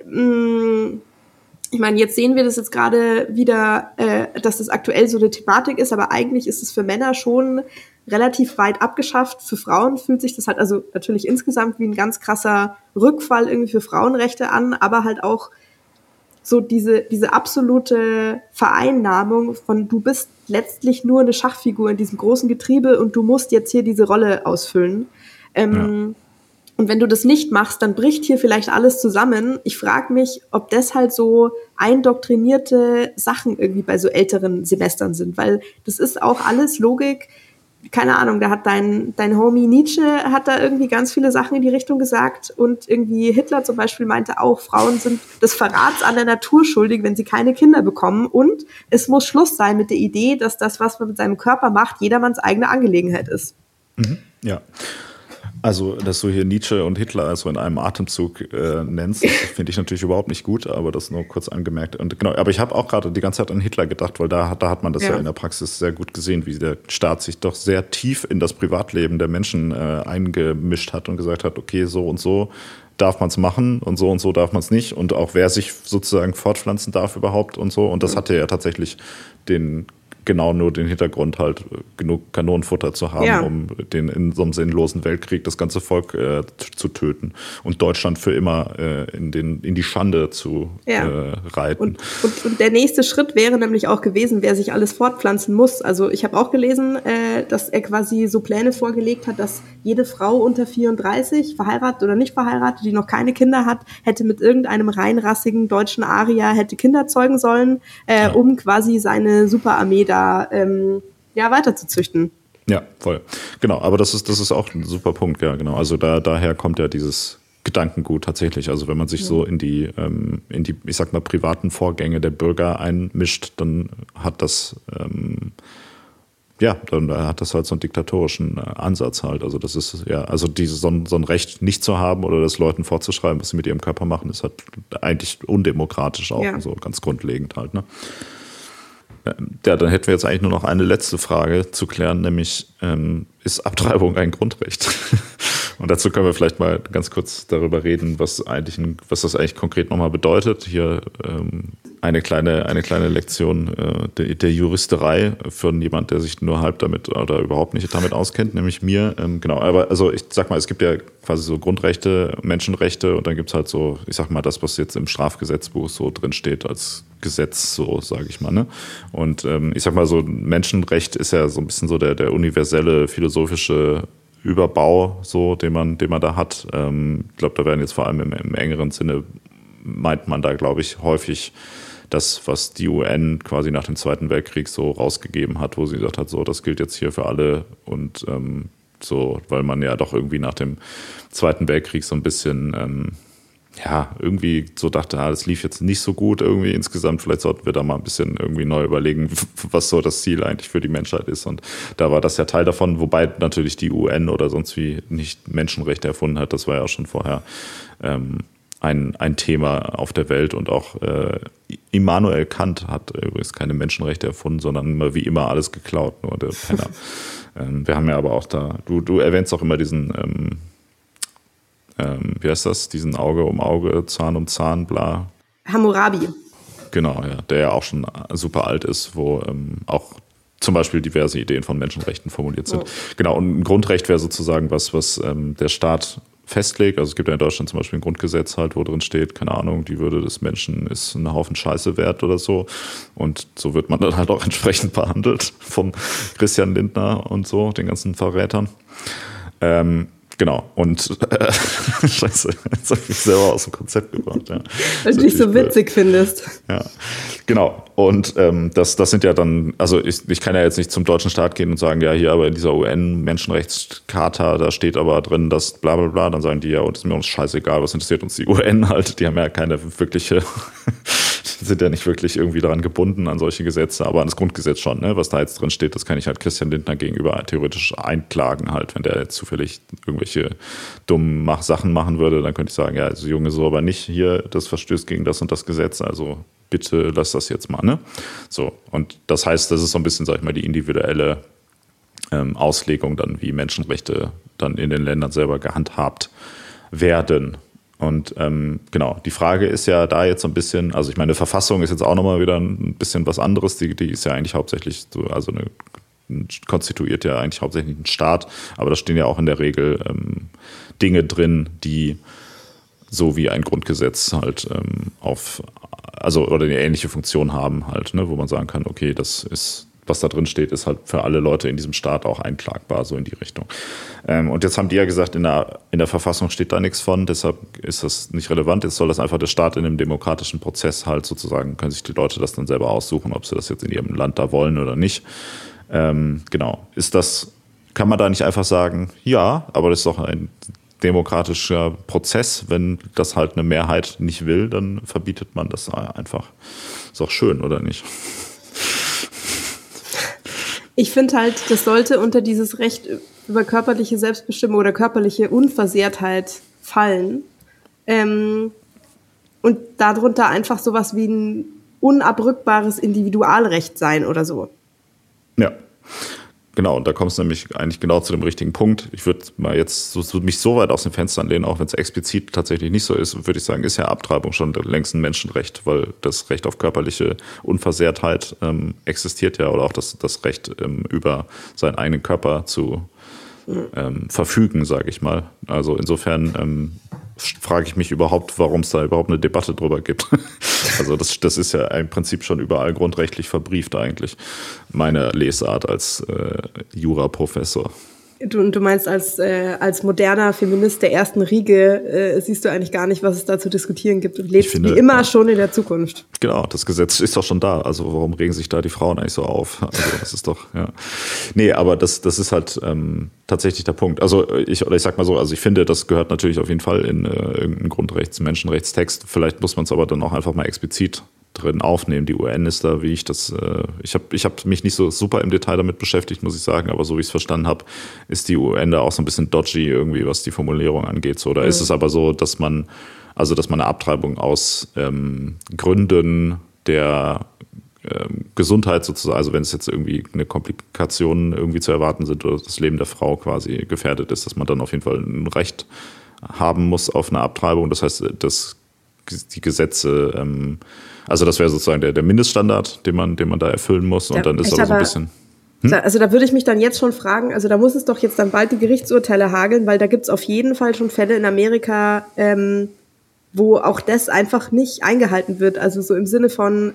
ich meine, jetzt sehen wir das jetzt gerade wieder, dass das aktuell so eine Thematik ist, aber eigentlich ist es für Männer schon relativ weit abgeschafft. Für Frauen fühlt sich das halt, also natürlich insgesamt wie ein ganz krasser Rückfall irgendwie für Frauenrechte an, aber halt auch so diese absolute Vereinnahmung von, du bist letztlich nur eine Schachfigur in diesem großen Getriebe und du musst jetzt hier diese Rolle ausfüllen. Und wenn du das nicht machst, dann bricht hier vielleicht alles zusammen. Ich frage mich, ob das halt so eindoktrinierte Sachen irgendwie bei so älteren Semestern sind, weil das ist auch alles Logik. Keine Ahnung, da hat dein Homie Nietzsche hat da irgendwie ganz viele Sachen in die Richtung gesagt und irgendwie Hitler zum Beispiel meinte auch, Frauen sind des Verrats an der Natur schuldig, wenn sie keine Kinder bekommen, und es muss Schluss sein mit der Idee, dass das, was man mit seinem Körper macht, jedermanns eigene Angelegenheit ist. Ja. Also, dass du hier Nietzsche und Hitler also in einem Atemzug nennst, finde ich natürlich überhaupt nicht gut, aber das nur kurz angemerkt. Und genau, aber ich habe auch gerade die ganze Zeit an Hitler gedacht, weil da hat man das ja in der Praxis sehr gut gesehen, wie der Staat sich doch sehr tief in das Privatleben der Menschen eingemischt hat und gesagt hat, okay, so und so darf man es machen und so darf man es nicht, und auch wer sich sozusagen fortpflanzen darf überhaupt und so. Und das hatte ja tatsächlich genau nur den Hintergrund, halt genug Kanonenfutter zu haben, um in so einem sinnlosen Weltkrieg das ganze Volk zu töten und Deutschland für immer in die Schande zu reiten. Und der nächste Schritt wäre nämlich auch gewesen, wer sich alles fortpflanzen muss. Also ich habe auch gelesen, dass er quasi so Pläne vorgelegt hat, dass jede Frau unter 34, verheiratet oder nicht verheiratet, die noch keine Kinder hat, hätte mit irgendeinem reinrassigen deutschen Arier hätte Kinder zeugen sollen, um quasi seine Superarmee da weiter zu züchten. Ja, voll. Genau, aber das ist auch ein super Punkt, ja, genau. Also daher kommt ja dieses Gedankengut tatsächlich. Also wenn man sich so in die, ich sag mal, privaten Vorgänge der Bürger einmischt, dann hat das dann hat das halt so einen diktatorischen Ansatz halt. Also das ist so ein Recht nicht zu haben oder das Leuten vorzuschreiben, was sie mit ihrem Körper machen, ist halt eigentlich undemokratisch auch, so ganz grundlegend halt, ne? Ja, dann hätten wir jetzt eigentlich nur noch eine letzte Frage zu klären, nämlich ist Abtreibung ein Grundrecht? Und dazu können wir vielleicht mal ganz kurz darüber reden, was das eigentlich konkret nochmal bedeutet. Hier eine kleine Lektion der Juristerei für jemand, der sich nur halb damit oder überhaupt nicht damit auskennt, nämlich mir. Genau, aber also ich sag mal, es gibt ja quasi so Grundrechte, Menschenrechte, und dann gibt es halt so, ich sag mal, das, was jetzt im Strafgesetzbuch so drin steht als Gesetz, so sage ich mal, ne? Und ich sag mal, so Menschenrecht ist ja so ein bisschen so der universelle philosophische Überbau, so, den man da hat. Ich glaube, da werden jetzt vor allem im engeren Sinne, meint man da, glaube ich, häufig das, was die UN quasi nach dem Zweiten Weltkrieg so rausgegeben hat, wo sie gesagt hat, so, das gilt jetzt hier für alle, und so, weil man ja doch irgendwie nach dem Zweiten Weltkrieg so ein bisschen irgendwie so dachte, das lief jetzt nicht so gut irgendwie insgesamt, vielleicht sollten wir da mal ein bisschen irgendwie neu überlegen, was so das Ziel eigentlich für die Menschheit ist, und da war das ja Teil davon, wobei natürlich die UN oder sonst wie nicht Menschenrechte erfunden hat, das war ja auch schon vorher ein Thema auf der Welt, und auch Immanuel Kant hat übrigens keine Menschenrechte erfunden, sondern wie immer alles geklaut, nur der Penner. Wir haben ja aber auch da, du erwähnst auch immer diesen wie heißt das? Diesen Auge um Auge, Zahn um Zahn, bla. Hammurabi. Genau, ja, der ja auch schon super alt ist, wo auch zum Beispiel diverse Ideen von Menschenrechten formuliert sind. Genau, und ein Grundrecht wäre sozusagen was der Staat festlegt. Also es gibt ja in Deutschland zum Beispiel ein Grundgesetz halt, wo drin steht, keine Ahnung, die Würde des Menschen ist ein Haufen Scheiße wert oder so. Und so wird man dann halt auch entsprechend behandelt vom Christian Lindner und so, den ganzen Verrätern. Genau, und Scheiße, jetzt habe ich mich selber aus dem Konzept gebracht. Ja. Weil du dich so witzig findest. Ja, genau. Und das sind ja dann, also ich kann ja jetzt nicht zum deutschen Staat gehen und sagen, ja, hier aber in dieser UN-Menschenrechtscharta, da steht aber drin, dass bla bla bla, dann sagen die ja, und ist mir uns scheißegal, was interessiert uns die UN halt, die haben ja keine wirkliche, sind ja nicht wirklich irgendwie daran gebunden an solche Gesetze, aber an das Grundgesetz schon, ne? Was da jetzt drin steht, das kann ich halt Christian Lindner gegenüber theoretisch einklagen halt, wenn der jetzt zufällig irgendwelche dummen Sachen machen würde, dann könnte ich sagen, ja, also Junge, so aber nicht hier, das verstößt gegen das und das Gesetz, also bitte lass das jetzt mal, ne? So, und das heißt, das ist so ein bisschen, sag ich mal, die individuelle Auslegung dann, wie Menschenrechte dann in den Ländern selber gehandhabt werden. Und genau, die Frage ist ja da jetzt so ein bisschen, also ich meine, Verfassung ist jetzt auch nochmal wieder ein bisschen was anderes, die ist ja eigentlich hauptsächlich so, also konstituiert ja eigentlich hauptsächlich einen Staat, aber da stehen ja auch in der Regel Dinge drin, die so wie ein Grundgesetz halt oder eine ähnliche Funktion haben halt, ne, wo man sagen kann, okay, das ist, was da drin steht, ist halt für alle Leute in diesem Staat auch einklagbar, so in die Richtung. Und jetzt haben die ja gesagt, in der Verfassung steht da nichts von, deshalb ist das nicht relevant. Jetzt soll das einfach der Staat in einem demokratischen Prozess halt sozusagen, können sich die Leute das dann selber aussuchen, ob sie das jetzt in ihrem Land da wollen oder nicht. Genau. Kann man da nicht einfach sagen, ja, aber das ist doch ein demokratischer Prozess, wenn das halt eine Mehrheit nicht will, dann verbietet man das einfach. Ist auch schön, oder nicht? Ich finde halt, das sollte unter dieses Recht über körperliche Selbstbestimmung oder körperliche Unversehrtheit fallen. Und darunter einfach sowas wie ein unabrückbares Individualrecht sein oder so. Ja. Genau, und da kommst du nämlich eigentlich genau zu dem richtigen Punkt. Ich würde mal jetzt mich so weit aus dem Fenster lehnen, auch wenn es explizit tatsächlich nicht so ist, würde ich sagen, ist ja Abtreibung schon längst ein Menschenrecht, weil das Recht auf körperliche Unversehrtheit existiert ja, oder auch das Recht über seinen eigenen Körper zu verfügen, sage ich mal. Also insofern frage ich mich überhaupt, warum es da überhaupt eine Debatte drüber gibt. Also das ist ja im Prinzip schon überall grundrechtlich verbrieft eigentlich, meine Lesart als Juraprofessor. Du meinst, als moderner Feminist der ersten Riege siehst du eigentlich gar nicht, was es da zu diskutieren gibt und lebst wie immer schon in der Zukunft. Genau, das Gesetz ist doch schon da. Also warum regen sich da die Frauen eigentlich so auf? Also das ist doch, ja. Nee, aber das ist halt tatsächlich der Punkt. Also ich sag mal so, also ich finde, das gehört natürlich auf jeden Fall in irgendeinen Menschenrechtstext. Vielleicht muss man es aber dann auch einfach mal explizit drin aufnehmen. Die UN ist da, wie ich das, ich hab mich nicht so super im Detail damit beschäftigt, muss ich sagen, aber so wie ich es verstanden habe, ist die UN da auch so ein bisschen dodgy irgendwie, was die Formulierung angeht. So, da ist es aber so, dass man eine Abtreibung aus Gründen der Gesundheit sozusagen, also wenn es jetzt irgendwie eine Komplikation irgendwie zu erwarten sind oder das Leben der Frau quasi gefährdet ist, dass man dann auf jeden Fall ein Recht haben muss auf eine Abtreibung. Das heißt, die Gesetze, also das wäre sozusagen der Mindeststandard, den man da erfüllen muss. Und dann ist aber so ein bisschen. Also da würde ich mich dann jetzt schon fragen, also da muss es doch jetzt dann bald die Gerichtsurteile hageln, weil da gibt es auf jeden Fall schon Fälle in Amerika, wo auch das einfach nicht eingehalten wird. Also so im Sinne von,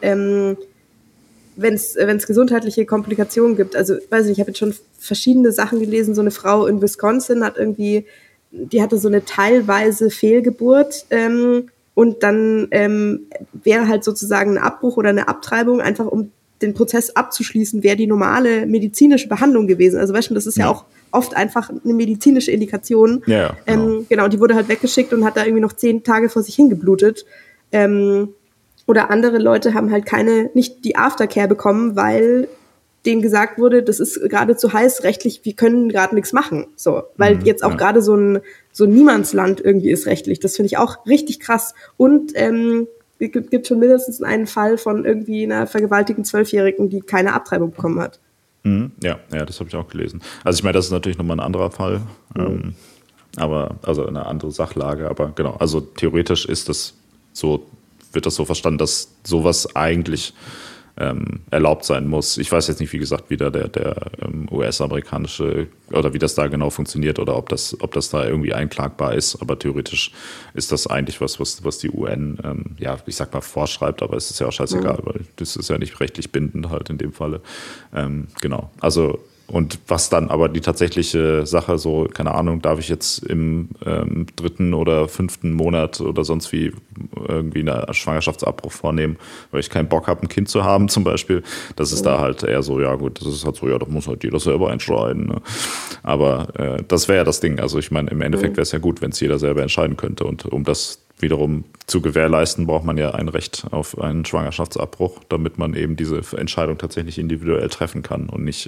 wenn es gesundheitliche Komplikationen gibt. Also weiß nicht, ich habe jetzt schon verschiedene Sachen gelesen. So eine Frau in Wisconsin die hatte so eine teilweise Fehlgeburt, und dann wäre halt sozusagen ein Abbruch oder eine Abtreibung, einfach um den Prozess abzuschließen, wäre die normale medizinische Behandlung gewesen. Also weißt du, das ist ja auch oft einfach eine medizinische Indikation. Ja, genau. Genau, die wurde halt weggeschickt und hat da irgendwie noch 10 Tage vor sich hingeblutet. Oder andere Leute haben halt nicht die Aftercare bekommen, weil denen gesagt wurde, das ist gerade zu heiß rechtlich, wir können gerade nichts machen. So, weil jetzt auch gerade so ein Niemandsland irgendwie ist rechtlich. Das finde ich auch richtig krass. Und es gibt schon mindestens einen Fall von irgendwie einer vergewaltigten 12-Jährigen, die keine Abtreibung bekommen hat. Ja, das habe ich auch gelesen. Also ich meine, das ist natürlich nochmal ein anderer Fall, aber also eine andere Sachlage. Aber genau, also theoretisch wird das so verstanden, dass sowas eigentlich erlaubt sein muss. Ich weiß jetzt nicht, wie gesagt, wie da der US-amerikanische oder wie das da genau funktioniert oder ob das da irgendwie einklagbar ist. Aber theoretisch ist das eigentlich was die UN, ich sag mal, vorschreibt, aber es ist ja auch scheißegal, weil das ist ja nicht rechtlich bindend halt in dem Falle. Genau. Also und was dann aber die tatsächliche Sache, so, keine Ahnung, darf ich jetzt im 3. oder 5. Monat oder sonst wie irgendwie einen Schwangerschaftsabbruch vornehmen, weil ich keinen Bock habe, ein Kind zu haben zum Beispiel. Das ist da halt eher so, ja gut, das ist halt so, ja, da muss halt jeder selber entscheiden. Ne? Aber das wäre ja das Ding. Also ich meine, im Endeffekt wäre es ja gut, wenn es jeder selber entscheiden könnte. Und um das wiederum zu gewährleisten, braucht man ja ein Recht auf einen Schwangerschaftsabbruch, damit man eben diese Entscheidung tatsächlich individuell treffen kann und nicht,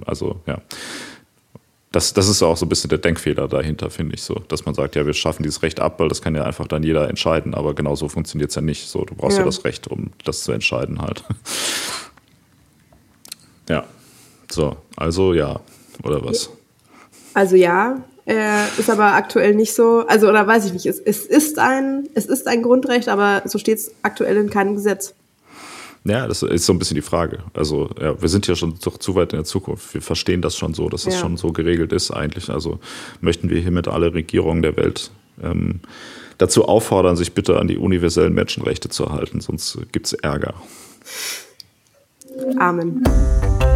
Das ist auch so ein bisschen der Denkfehler dahinter, finde ich so, dass man sagt, ja, wir schaffen dieses Recht ab, weil das kann ja einfach dann jeder entscheiden, aber genau so funktioniert es ja nicht. So, du brauchst ja das Recht, um das zu entscheiden halt. Ja, so, also ja, oder was? Also ja, ist aber aktuell nicht so, also oder weiß ich nicht, es ist ein Grundrecht, aber so steht es aktuell in keinem Gesetz. Ja, das ist so ein bisschen die Frage. Also ja, wir sind ja schon doch zu weit in der Zukunft. Wir verstehen das schon so, dass es schon so geregelt ist eigentlich. Also möchten wir hiermit alle Regierungen der Welt dazu auffordern, sich bitte an die universellen Menschenrechte zu halten, sonst gibt es Ärger. Amen.